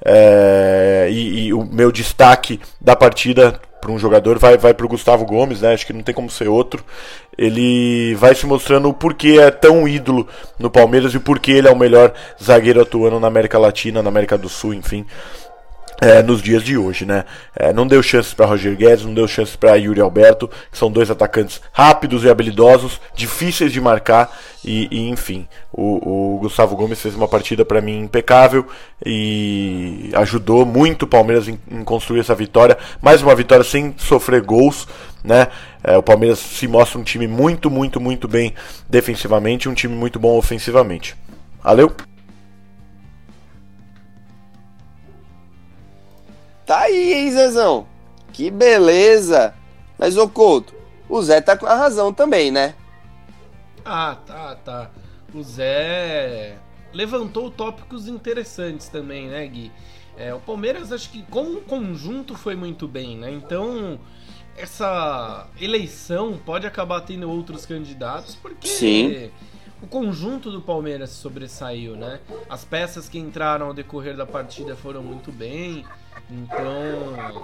é, e, e o meu destaque da partida para um jogador vai, vai para o Gustavo Gomes, né? Acho que não tem como ser outro. Ele vai se mostrando o porquê é tão ídolo no Palmeiras e o porquê ele é o melhor zagueiro atuando na América Latina, na América do Sul, enfim, é, nos dias de hoje, né? É, não deu chances para Roger Guedes, não deu chances para Yuri Alberto, que são dois atacantes rápidos e habilidosos, difíceis de marcar, e, e enfim, o, o Gustavo Gomes fez uma partida para mim impecável e ajudou muito o Palmeiras em, em construir essa vitória, mais uma vitória sem sofrer gols, né? É, o Palmeiras se mostra um time muito, muito, muito bem defensivamente, um time muito bom ofensivamente. Valeu? Tá aí, hein, Zezão? Que beleza! Mas, ô Couto, o Zé tá com a razão também, né? Ah, tá, tá. O Zé levantou tópicos interessantes também, né, Gui? É, o Palmeiras, acho que como conjunto foi muito bem, né? Então, essa eleição pode acabar tendo outros candidatos, porque... Sim. O conjunto do Palmeiras sobressaiu, né? As peças que entraram ao decorrer da partida foram muito bem. Então,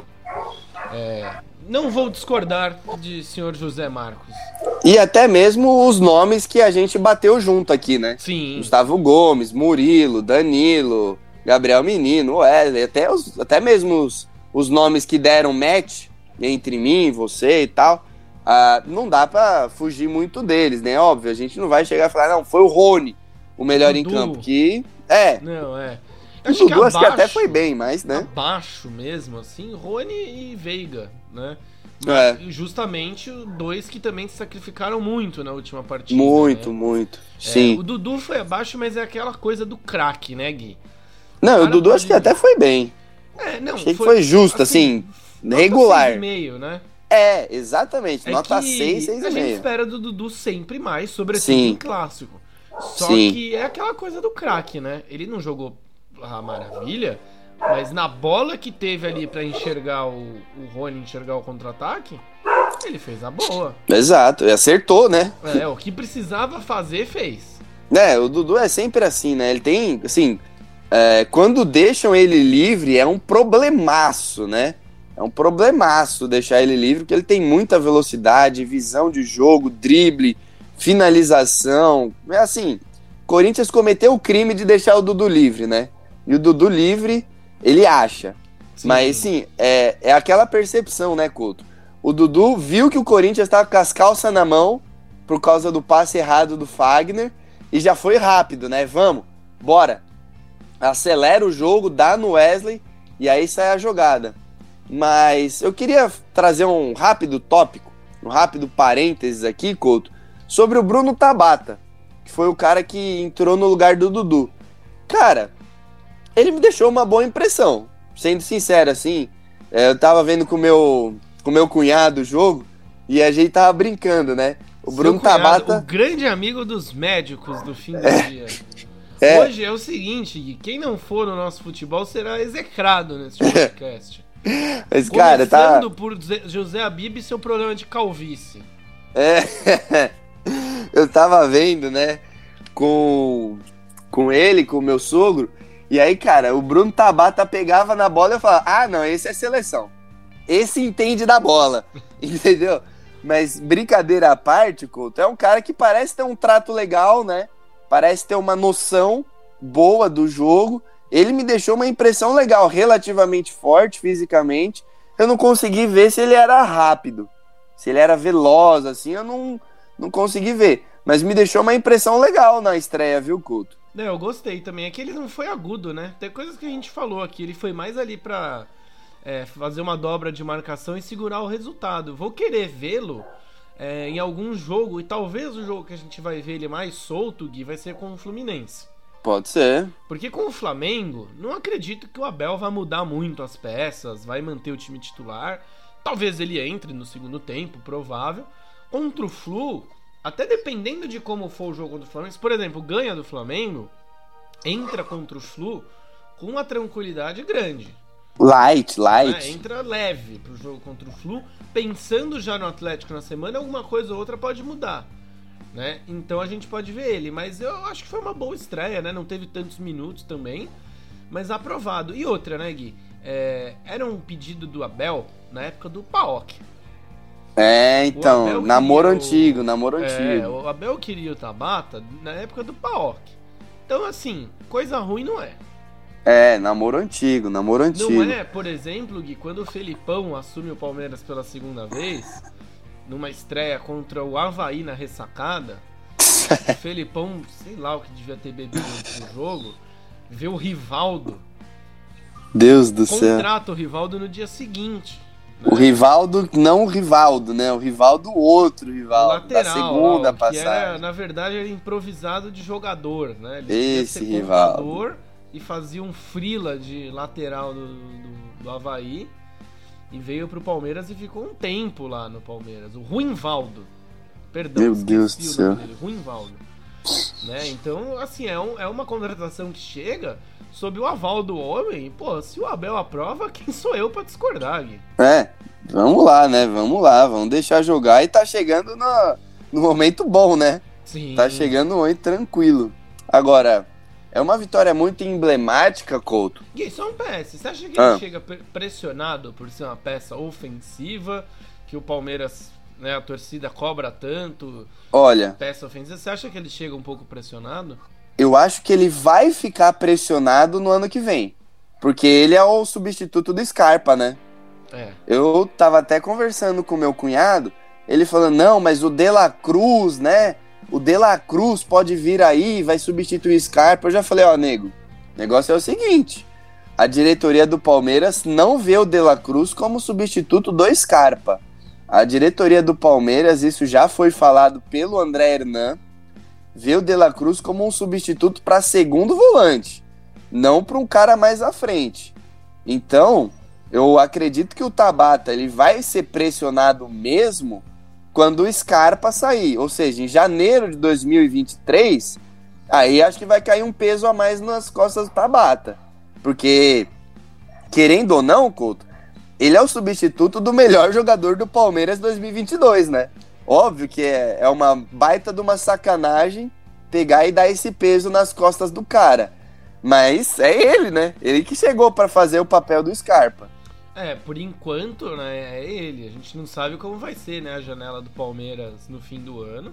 é, não vou discordar de senhor José Marcos. E até mesmo os nomes que a gente bateu junto aqui, né? Sim. Gustavo Gomes, Murilo, Danilo, Gabriel Menino, Wesley, até, os, até mesmo os, os nomes que deram match entre mim, você e tal. Ah, não dá pra fugir muito deles, né? Óbvio, a gente não vai chegar e falar, não, foi o Rony o melhor Dudu. em campo, que é. Não, é. O Dudu acho que até foi bem, mas, né? Abaixo mesmo, assim, Rony e Veiga, né? É. Mas, justamente dois que também se sacrificaram muito na última partida. Muito, né? muito. É, Sim. o Dudu foi abaixo, mas é aquela coisa do craque, né, Gui? Não, o, o Dudu pode... acho que até foi bem. É, não, Achei foi, que foi justo, assim, assim regular. seis e meio, né? É, exatamente. É Nota seis, seis a e gente meio. espera do Dudu sempre mais, sobretudo Sim. em clássico. Só Sim. que é aquela coisa do craque, né? Ele não jogou a maravilha, mas na bola que teve ali pra enxergar o, o Rony, enxergar o contra-ataque, ele fez a boa. Exato, e acertou, né? É, o que precisava fazer, fez. É, o Dudu é sempre assim, né? Ele tem, assim, é, quando deixam ele livre é um problemaço, né? É um problemaço deixar ele livre, porque ele tem muita velocidade, visão de jogo, drible, finalização. É assim, Corinthians cometeu o crime de deixar o Dudu livre, né? E o Dudu livre, ele acha. Sim. Mas, assim, é, é aquela percepção, né, Couto? O Dudu viu que o Corinthians estava com as calças na mão por causa do passe errado do Fagner e já foi rápido, né? Vamos, bora. Acelera o jogo, dá no Wesley e aí sai a jogada. Mas eu queria trazer um rápido tópico, um rápido parênteses aqui, Couto, sobre o Bruno Tabata, que foi o cara que entrou no lugar do Dudu. Cara, ele me deixou uma boa impressão, sendo sincero, assim. Eu tava vendo com o meu, com meu cunhado o jogo e a gente tava brincando, né? O Seu Bruno cunhado, Tabata... o grande amigo dos médicos do fim do é. dia. É. Hoje é o seguinte, quem não for no nosso futebol será execrado nesse podcast. Mas, cara, tá... Começando por José Abib e seu problema de calvície. É, eu tava vendo, né, com, com ele, com o meu sogro, e aí, cara, o Bruno Tabata pegava na bola e eu falava, ah, não, esse é seleção. Esse entende da bola, entendeu? Mas brincadeira à parte, Couto, é um cara que parece ter um trato legal, né? Parece ter uma noção boa do jogo. Ele me deixou uma impressão legal, relativamente forte fisicamente. Eu não consegui ver se ele era rápido, se ele era veloz, assim, eu não, não consegui ver. Mas me deixou uma impressão legal na estreia, viu, Couto? É, eu gostei também. É que ele não foi agudo, né? Tem coisas que a gente falou aqui. Ele foi mais ali pra é, fazer uma dobra de marcação e segurar o resultado. Vou querer vê-lo é, em algum jogo. E talvez o jogo que a gente vai ver ele mais solto, Gui, vai ser com o Fluminense. Pode ser. Porque com o Flamengo, não acredito que o Abel vai mudar muito as peças. Vai manter o time titular. Talvez ele entre no segundo tempo, provável. Contra o Flu... Até dependendo de como for o jogo contra o Flamengo, por exemplo, ganha do Flamengo, entra contra o Flu com uma tranquilidade grande. Light, light. Né? Entra leve pro jogo contra o Flu, pensando já no Atlético na semana, alguma coisa ou outra pode mudar. Né? Então a gente pode ver ele, mas eu acho que foi uma boa estreia, né? Não teve tantos minutos também, mas aprovado. E outra, né, Gui? É, era um pedido do Abel na época do Paok. É, então, namoro o... antigo, namoro é, antigo. O Abel queria o Tabata na época do Paok. Então, assim, coisa ruim não é. É, namoro antigo, namoro antigo. Não é, por exemplo, Gui, quando o Felipão assume o Palmeiras pela segunda vez, numa estreia contra o Avaí na ressacada, o Felipão, sei lá o que devia ter bebido no jogo, vê o Rivaldo. Deus do céu. Contrata o Rivaldo no dia seguinte. O Rivaldo, não o Rivaldo, né? O Rivaldo, outro Rivaldo, lateral, da segunda ó, que passagem. Era, na verdade, era improvisado de jogador, né? Ele Esse Rivaldo. Jogador e fazia um frila de lateral do, do, do Avaí e veio pro Palmeiras e ficou um tempo lá no Palmeiras. O Ruinvaldo. Perdão, meu Deus do céu. Dele, Ruinvaldo. Né? Então, assim, é, um, é uma contratação que chega sob o aval do homem. Pô, se o Abel aprova, quem sou eu pra discordar, Gui? É, vamos lá, né? Vamos lá, vamos deixar jogar e tá chegando no, no momento bom, né? Sim. Tá chegando no momento tranquilo. Agora, é uma vitória muito emblemática, Couto. Gui, só um P S. Você acha que ah. ele chega pressionado por ser uma peça ofensiva, que o Palmeiras, né, a torcida cobra tanto? Olha, peça ofensiva. Você acha que ele chega um pouco pressionado? Eu acho que ele vai ficar pressionado no ano que vem. Porque ele é o substituto do Scarpa, né? É. Eu tava até conversando com meu cunhado, ele falando, não, mas o De La Cruz, né? O De La Cruz pode vir aí, vai substituir o Scarpa. Eu já falei, ó, nego, o negócio é o seguinte, a diretoria do Palmeiras não vê o De La Cruz como substituto do Scarpa. A diretoria do Palmeiras, isso já foi falado pelo André Hernan, vê o De La Cruz como um substituto para segundo volante, não para um cara mais à frente. Então, eu acredito que o Tabata ele vai ser pressionado mesmo quando o Scarpa sair, ou seja, em janeiro de dois mil e vinte e três, aí acho que vai cair um peso a mais nas costas do Tabata, porque, querendo ou não, Couto, ele é o substituto do melhor jogador do Palmeiras dois mil e vinte e dois, né? Óbvio que é, é uma baita de uma sacanagem pegar e dar esse peso nas costas do cara. Mas é ele, né? Ele que chegou para fazer o papel do Scarpa. É, por enquanto, né, é ele. A gente não sabe como vai ser, né, a janela do Palmeiras no fim do ano.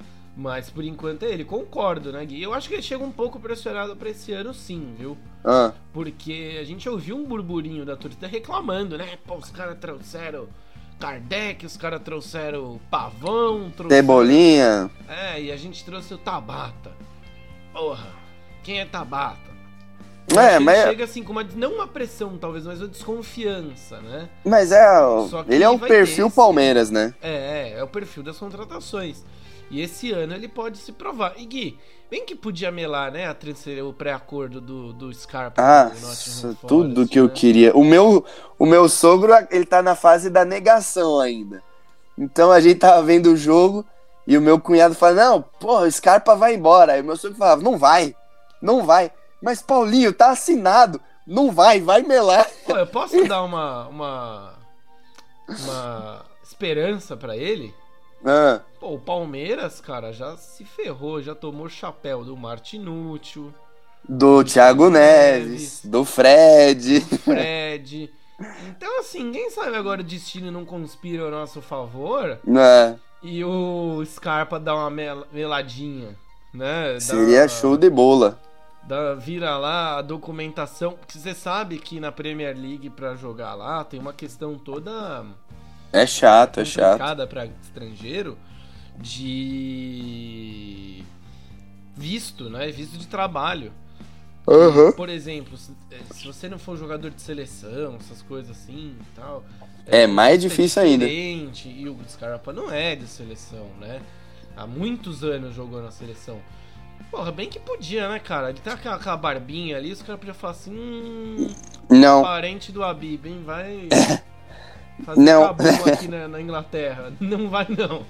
Mas por enquanto é ele. Concordo, né, Gui? Eu acho que ele chega um pouco pressionado pra esse ano sim, viu? Ah. Porque a gente ouviu um burburinho da torcida reclamando, né? Pô, os caras trouxeram Kardec, os caras trouxeram Pavão, trouxeram... Cebolinha. É, e a gente trouxe o Tabata. Porra, quem é Tabata? É, mas... chega assim com uma, não uma pressão talvez, mas uma desconfiança, né? Mas é, ele é o vai perfil esse... Palmeiras, né? É, é, é o perfil das contratações. E esse ano ele pode se provar. E Gui, bem que podia melar, né, a transfer, o pré-acordo do, do Scarpa. Ah, do Nottingham Forest, tudo que né? eu queria. O meu, o meu sogro, ele tá na fase da negação ainda. Então a gente tava vendo o jogo e o meu cunhado fala, não, porra, o Scarpa vai embora. Aí o meu sogro falava, não vai, não vai. Mas Paulinho, tá assinado. Não vai, vai melar. Pô, eu posso dar uma, uma, uma esperança pra ele? Ah. Pô, o Palmeiras, cara, já se ferrou, já tomou chapéu do Martinútil, Do Thiago Neves, do Fred. do Fred. Então, assim, quem sabe agora o destino não conspira a nosso favor É. e o Scarpa dá uma mel- meladinha, né? Dá Seria uma- show de bola. dá- vira lá a documentação. Porque você sabe que na Premier League pra jogar lá tem uma questão toda É chato, é chato. complicada pra estrangeiro de visto, né? Visto de trabalho. Uhum. Por exemplo, se, se você não for jogador de seleção, essas coisas assim e tal. É mais é difícil ainda. diferente, e o Scarpa não é de seleção, né? Há muitos anos jogou na seleção. Porra, bem que podia, né, cara? Ele tá com aquela, aquela barbinha ali, os caras podiam falar assim: hum. Não. Parente do Habib, hein? Vai fazer Não. cabum aqui na, na Inglaterra. Não vai, não.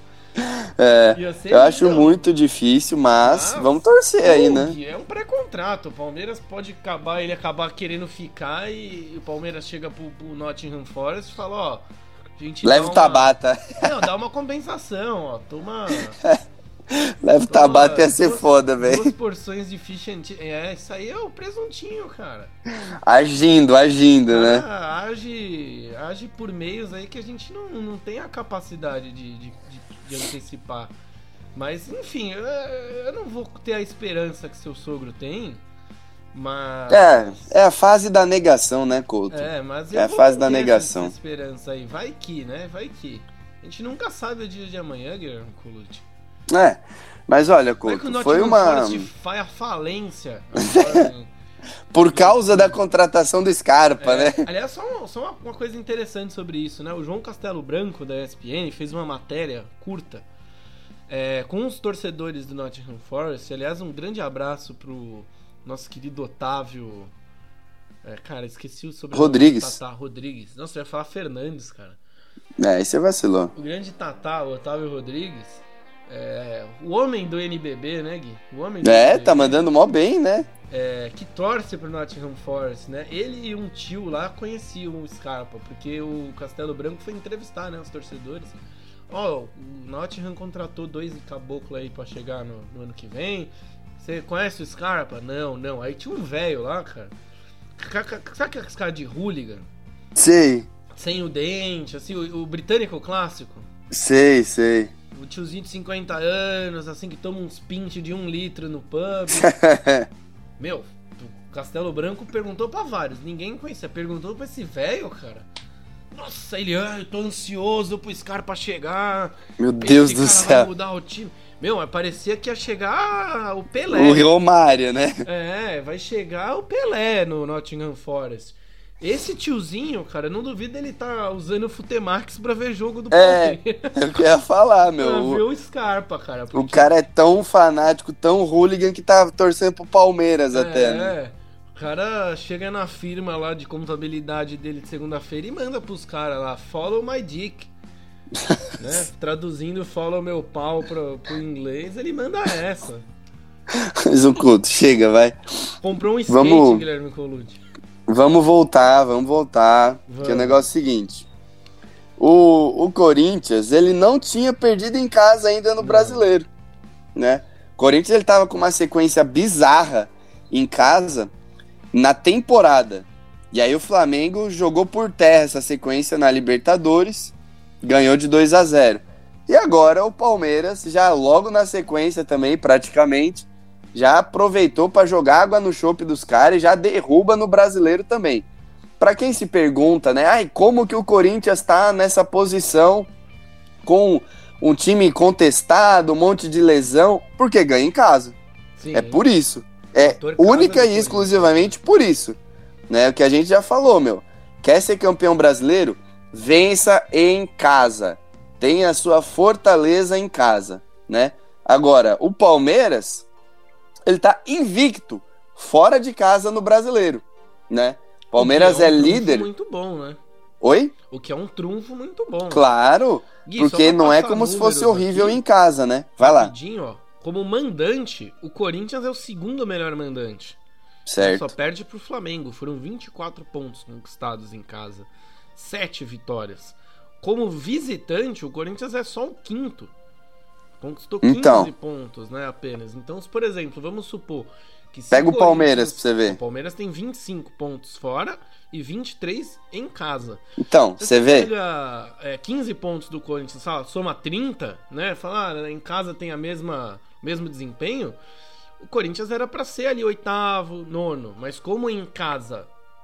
É, Ia ser eu acho lindo. muito difícil, mas Ah, vamos torcer aí, né? Pug, é um pré-contrato. O Palmeiras pode acabar, ele acabar querendo ficar e o Palmeiras chega pro, pro Nottingham Forest e fala, ó, a gente Leva dá o uma... Tabata. Não, dá uma compensação, ó. Toma, Leva o toma Tabata, ia ser duas- foda, duas velho. porções de fish and chips. É, isso aí é o presuntinho, cara. Agindo, agindo, né? Cara, age, age por meios aí que a gente não, não tem a capacidade de, de, de- de antecipar. Mas, enfim, eu, eu não vou ter a esperança que seu sogro tem, mas... É, é a fase da negação, né, Couto? É, mas É eu a vou fase da ter essa- negação. essa esperança aí. Vai que, né? Vai que. A gente nunca sabe o dia de amanhã, Guilherme Colucci. É, mas olha, Vai que o Couto, Nottingham foi uma... Forest vai à falência. Agora, Por causa da contratação do Scarpa, É, né? aliás, só, um- só uma, uma coisa interessante sobre isso, né? O João Castelo Branco, da E S P N, fez uma matéria curta é, com os torcedores do Nottingham Forest. Aliás, um grande abraço pro nosso querido Otávio... É, cara, esqueci o sobrenome. Rodrigues. Tatá Rodrigues. Nossa, eu ia falar Fernandes, cara. É, aí você vacilou. O grande Tatá, o Otávio Rodrigues, é, o homem do N B B, né, Gui? O homem do É, N B B. tá mandando mó bem, né? É, que torce pro Nottingham Forest, né? Ele e um tio lá conheciam o Scarpa, porque o Castelo Branco foi entrevistar, né, os torcedores. Ó, o Nottingham contratou dois caboclos aí pra chegar no, no ano que vem. Você conhece o Scarpa? Não, não. Aí tinha um velho lá, cara. Ca- ca- Sabe aqueles caras de hooligan? Sei, Sem o dente, assim, o, o britânico clássico. sei, sei. O tiozinho de cinquenta anos, assim, que toma uns pints de um litro no pub. Meu, o Castelo Branco perguntou pra vários, ninguém conhecia. Perguntou pra esse velho, cara. Nossa, ele, ah, eu tô ansioso pro Scarpa chegar. Meu Deus Esse do cara vai céu. mudar o time. Meu, mas parecia que ia chegar o Pelé. O Romário, né? É, vai chegar o Pelé no Nottingham Forest. Esse tiozinho, cara, eu não duvido ele tá usando o Futemax pra ver jogo do É, Palmeiras. eu queria falar, Pra meu. ver O, o Scarpa, cara. o porque- cara é tão fanático, tão hooligan que tá torcendo pro Palmeiras até, né? É, o cara chega na firma lá de contabilidade dele de segunda-feira e manda pros caras lá, follow my dick. Né? Traduzindo follow meu pau pro, pro inglês, ele manda essa. Mas o Couto, chega, vai. Comprou um skate, Vamos- Guilherme Colucci. Vamos voltar, vamos voltar. Porque o Vamos. negócio é o seguinte. O, o Corinthians, ele não tinha perdido em casa ainda no Não. Brasileiro, né? O Corinthians, ele tava com uma sequência bizarra em casa na temporada. E aí o Flamengo jogou por terra essa sequência na Libertadores, ganhou de dois a zero. E agora o Palmeiras, já logo na sequência também, praticamente, já aproveitou para jogar água no chope dos caras e já derruba no Brasileiro também. Para quem se pergunta, né, ai, como que o Corinthians tá nessa posição com um time contestado, um monte de lesão? Porque ganha em casa. Sim, É por isso. É Fator casa única do e Corinthians. exclusivamente por isso. Né? O que a gente já falou, meu. Quer ser campeão brasileiro? Vença em casa. Tenha a sua fortaleza em casa, né? Agora, o Palmeiras, ele tá invicto fora de casa no Brasileiro, né? Palmeiras O que é, um trunfo líder. muito bom, né? Oi? O que é um trunfo muito bom. Claro, Gui, só porque pra não é passar como se fosse números horrível aqui, em casa, né? Vai lá. Rapidinho, ó. Como mandante, o Corinthians é o segundo melhor mandante. Certo. Só perde pro Flamengo. Foram vinte e quatro pontos conquistados em casa. sete vitórias. Como visitante, o Corinthians é só o quinto. Conquistou quinze então, pontos, né, apenas. Então, se, por exemplo, vamos supor que... Pega o Palmeiras pra você ver. O Palmeiras tem vinte e cinco pontos fora e vinte e três em casa. Então, você, você vê... pega é, quinze pontos do Corinthians, soma trinta, né? Fala, ah, em casa tem a mesma, o mesmo desempenho. O Corinthians era pra ser ali oitavo, nono. Mas como em casa...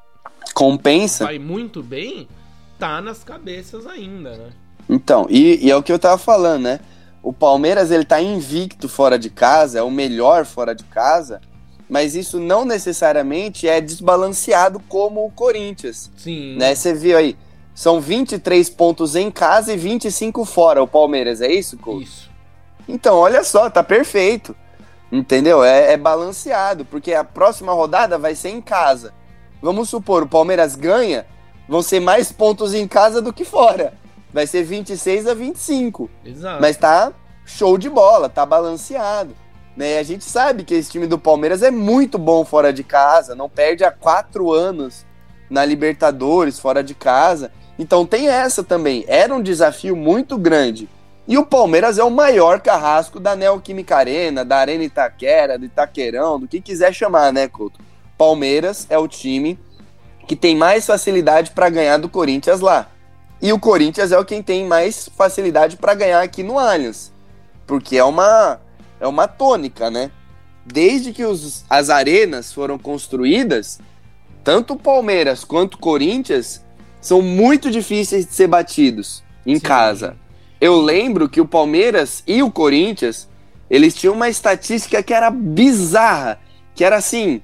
compensa. Vai muito bem, tá nas cabeças ainda, né? Então, e, e é o que eu tava falando, né? O Palmeiras, ele tá invicto fora de casa, é o melhor fora de casa, mas isso não necessariamente é desbalanceado como o Corinthians. Sim. Né? Você viu aí, são vinte e três pontos em casa e vinte e cinco fora o Palmeiras, é isso, Couto? Isso. Então, olha só, tá perfeito. Entendeu? É, é balanceado, porque a próxima rodada vai ser em casa. Vamos supor, o Palmeiras ganha, vão ser mais pontos em casa do que fora. Vai ser vinte e seis a vinte e cinco. Exato. Mas tá show de bola, tá balanceado. Né? A gente sabe que esse time do Palmeiras é muito bom fora de casa, não perde há quatro anos na Libertadores fora de casa. Então tem essa também. Era um desafio muito grande. E o Palmeiras é o maior carrasco da Neoquímica Arena, da Arena Itaquera, do Itaquerão, do que quiser chamar, né, Couto? Palmeiras é o time que tem mais facilidade para ganhar do Corinthians lá. E o Corinthians é o quem tem mais facilidade para ganhar aqui no Allianz. Porque é uma, é uma tônica, né? Desde que os, as arenas foram construídas, tanto o Palmeiras quanto o Corinthians são muito difíceis de ser batidos em Sim. casa. Eu lembro que o Palmeiras e o Corinthians, eles tinham uma estatística que era bizarra, que era assim,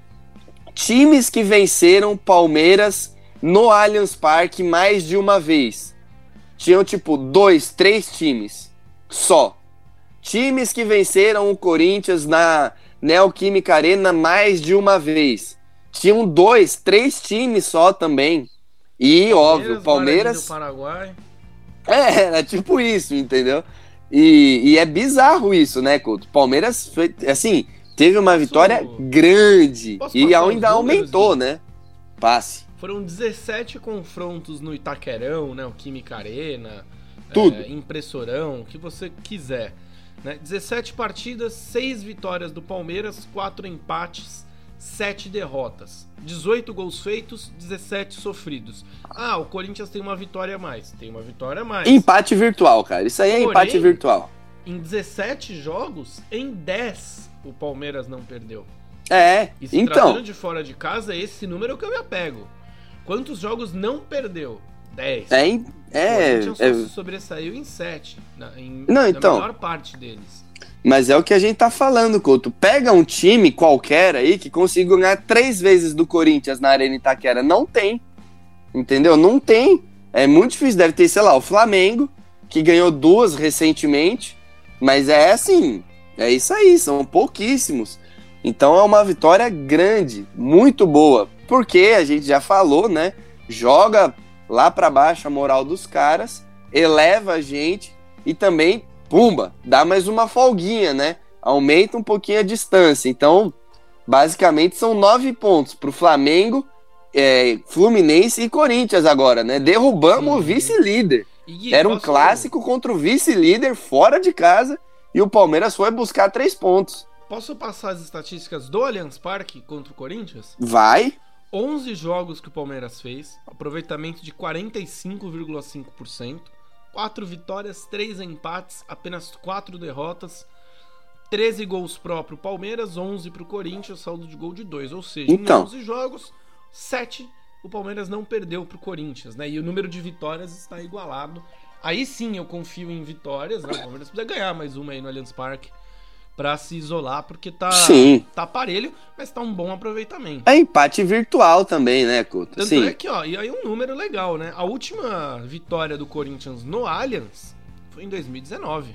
times que venceram Palmeiras no Allianz Parque mais de uma vez. Tinham tipo dois, três times só. Times que venceram o Corinthians na Neoquímica Arena mais de uma vez. Tinham dois, três times só também. E Palmeiras, óbvio, Palmeiras... do Paraguai. É, era tipo isso, entendeu? E, e é bizarro isso, né, Couto? Palmeiras, foi, assim, teve uma vitória Posso... grande. Posso E passar ainda os números, aumentou, Gui? né? Passe. Foram dezessete confrontos no Itaquerão, né? O Química Arena, Tudo. É, Impressorão, o que você quiser. Né? dezessete partidas, seis vitórias do Palmeiras, quatro empates, sete derrotas. dezoito gols feitos, dezessete sofridos. Ah, o Corinthians tem uma vitória a mais. Tem uma vitória a mais. Empate virtual, cara. Isso aí é Porém, empate virtual. Em dezessete jogos, em dez o Palmeiras não perdeu. É, E se então. tratando de fora de casa, esse número é que eu me apego. Quantos jogos não perdeu? dez. É, O é, Corinthians só é, se sobressaiu em sete. Na, em, Não, então. na maior parte deles. mas é o que a gente tá falando, Couto. Pega um time qualquer aí que consiga ganhar três vezes do Corinthians na Arena Itaquera. Não tem. Entendeu? Não tem. É muito difícil. Deve ter, sei lá, o Flamengo, que ganhou duas recentemente. Mas é assim, é isso aí, são pouquíssimos. Então é uma vitória grande, muito boa. Porque a gente já falou, né? Joga lá pra baixo a moral dos caras, eleva a gente e também, pumba, dá mais uma folguinha, né? Aumenta um pouquinho a distância. Então, basicamente são nove pontos pro Flamengo, é, Fluminense e Corinthians agora, né? Derrubamos Sim. o vice-líder. E, Era um posso- clássico contra o vice-líder fora de casa e o Palmeiras foi buscar três pontos. Posso passar as estatísticas do Allianz Parque contra o Corinthians? Vai. onze jogos que o Palmeiras fez, aproveitamento de quarenta e cinco vírgula cinco por cento, quatro vitórias, três empates, apenas quatro derrotas, treze gols pró pro Palmeiras, onze pro Corinthians, saldo de gol de dois. Ou seja, Então. em onze jogos, sete o Palmeiras não perdeu pro Corinthians, né? E o número de vitórias está igualado. Aí sim eu confio em vitórias, né? O Palmeiras precisa ganhar mais uma aí no Allianz Parque pra se isolar, porque tá, Sim. tá parelho, mas tá um bom aproveitamento. É empate virtual também, né, Couto? Tanto Sim. é que, ó, e aí um número legal, né? A última vitória do Corinthians no Allianz foi em dois mil e dezenove.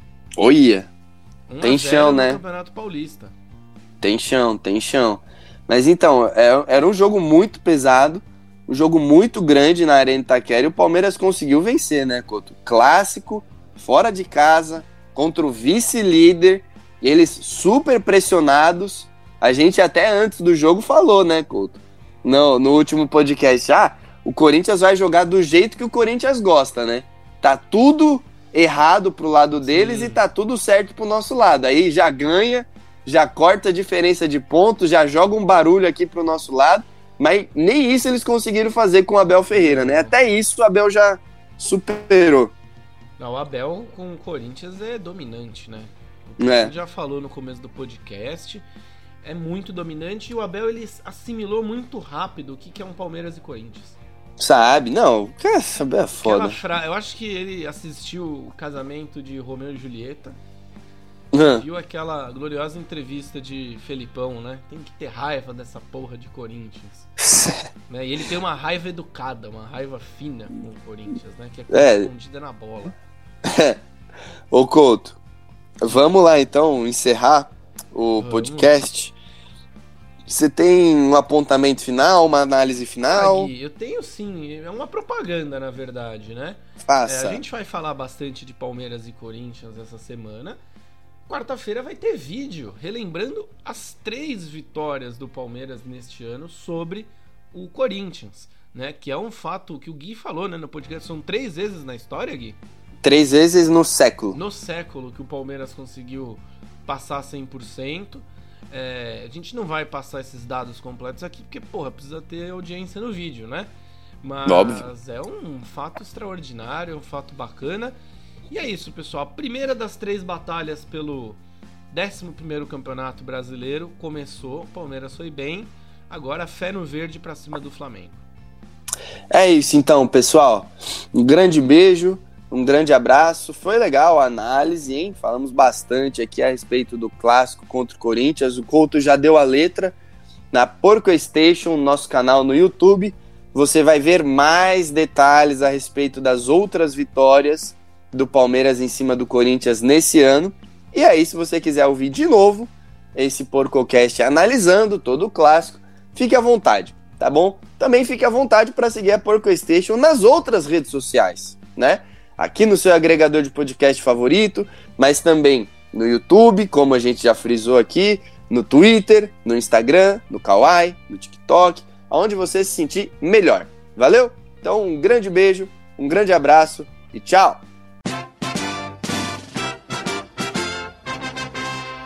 Olha, um a Tem zero chão, no né? Campeonato Paulista. tem chão, tem chão. Mas então, é- era um jogo muito pesado, um jogo muito grande na Arena Itaquera e o Palmeiras conseguiu vencer, né, Couto? Clássico, fora de casa, contra o vice-líder, eles super pressionados A gente até antes do jogo falou, né, Couto? No, no último podcast, ah, o Corinthians vai jogar do jeito que o Corinthians gosta, né? Tá tudo errado pro lado deles. Sim. E tá tudo certo pro nosso lado. Aí já ganha, já corta a diferença de pontos, já joga um barulho aqui pro nosso lado. Mas nem isso eles conseguiram fazer com o Abel Ferreira, né? Até isso o Abel já superou. Não, o Abel com o Corinthians é dominante, né? O que é. A gente já falou no começo do podcast... É muito dominante e o Abel ele assimilou muito rápido o que, que é um Palmeiras e Corinthians. Sabe? Não, essa é foda. Fra... Eu acho que ele assistiu o casamento de Romeu e Julieta, uhum. Viu aquela gloriosa entrevista de Felipão, né? Tem que ter raiva dessa porra de Corinthians. Né? E ele tem uma raiva educada, uma raiva fina com o Corinthians, né? Que é, é. escondida na bola. Ô Couto, vamos lá então encerrar o podcast. Você tem um apontamento final, uma análise final? Ah, Gui, eu tenho sim, é uma propaganda na verdade, né? Faça. É, a gente vai falar bastante de Palmeiras e Corinthians essa semana. Quarta-feira vai ter vídeo relembrando as três vitórias do Palmeiras neste ano sobre o Corinthians, né? Que é um fato que o Gui falou, né, no podcast. São três vezes na história, Gui? Três vezes no século. No século que o Palmeiras conseguiu passar cem por cento. É, a gente não vai passar esses dados completos aqui, porque, porra, precisa ter audiência no vídeo, né? Mas óbvio. É um fato extraordinário, é um fato bacana. E é isso, pessoal. A primeira das três batalhas pelo décimo primeiro Campeonato Brasileiro começou. O Palmeiras foi bem. Agora fé no verde pra cima do Flamengo. É isso então, pessoal. Um grande beijo. Um grande abraço, foi legal a análise, hein? Falamos bastante aqui a respeito do clássico contra o Corinthians. O Couto já deu a letra na Porco Station, nosso canal no YouTube. Você vai ver mais detalhes a respeito das outras vitórias do Palmeiras em cima do Corinthians nesse ano. E aí, se você quiser ouvir de novo esse PorcoCast analisando todo o clássico, fique à vontade, tá bom? Também fique à vontade para seguir a Porco Station nas outras redes sociais, né? Aqui no seu agregador de podcast favorito, mas também no YouTube, como a gente já frisou aqui, no Twitter, no Instagram, no Kawaii, no TikTok, aonde você se sentir melhor. Valeu? Então um grande beijo, um grande abraço e tchau!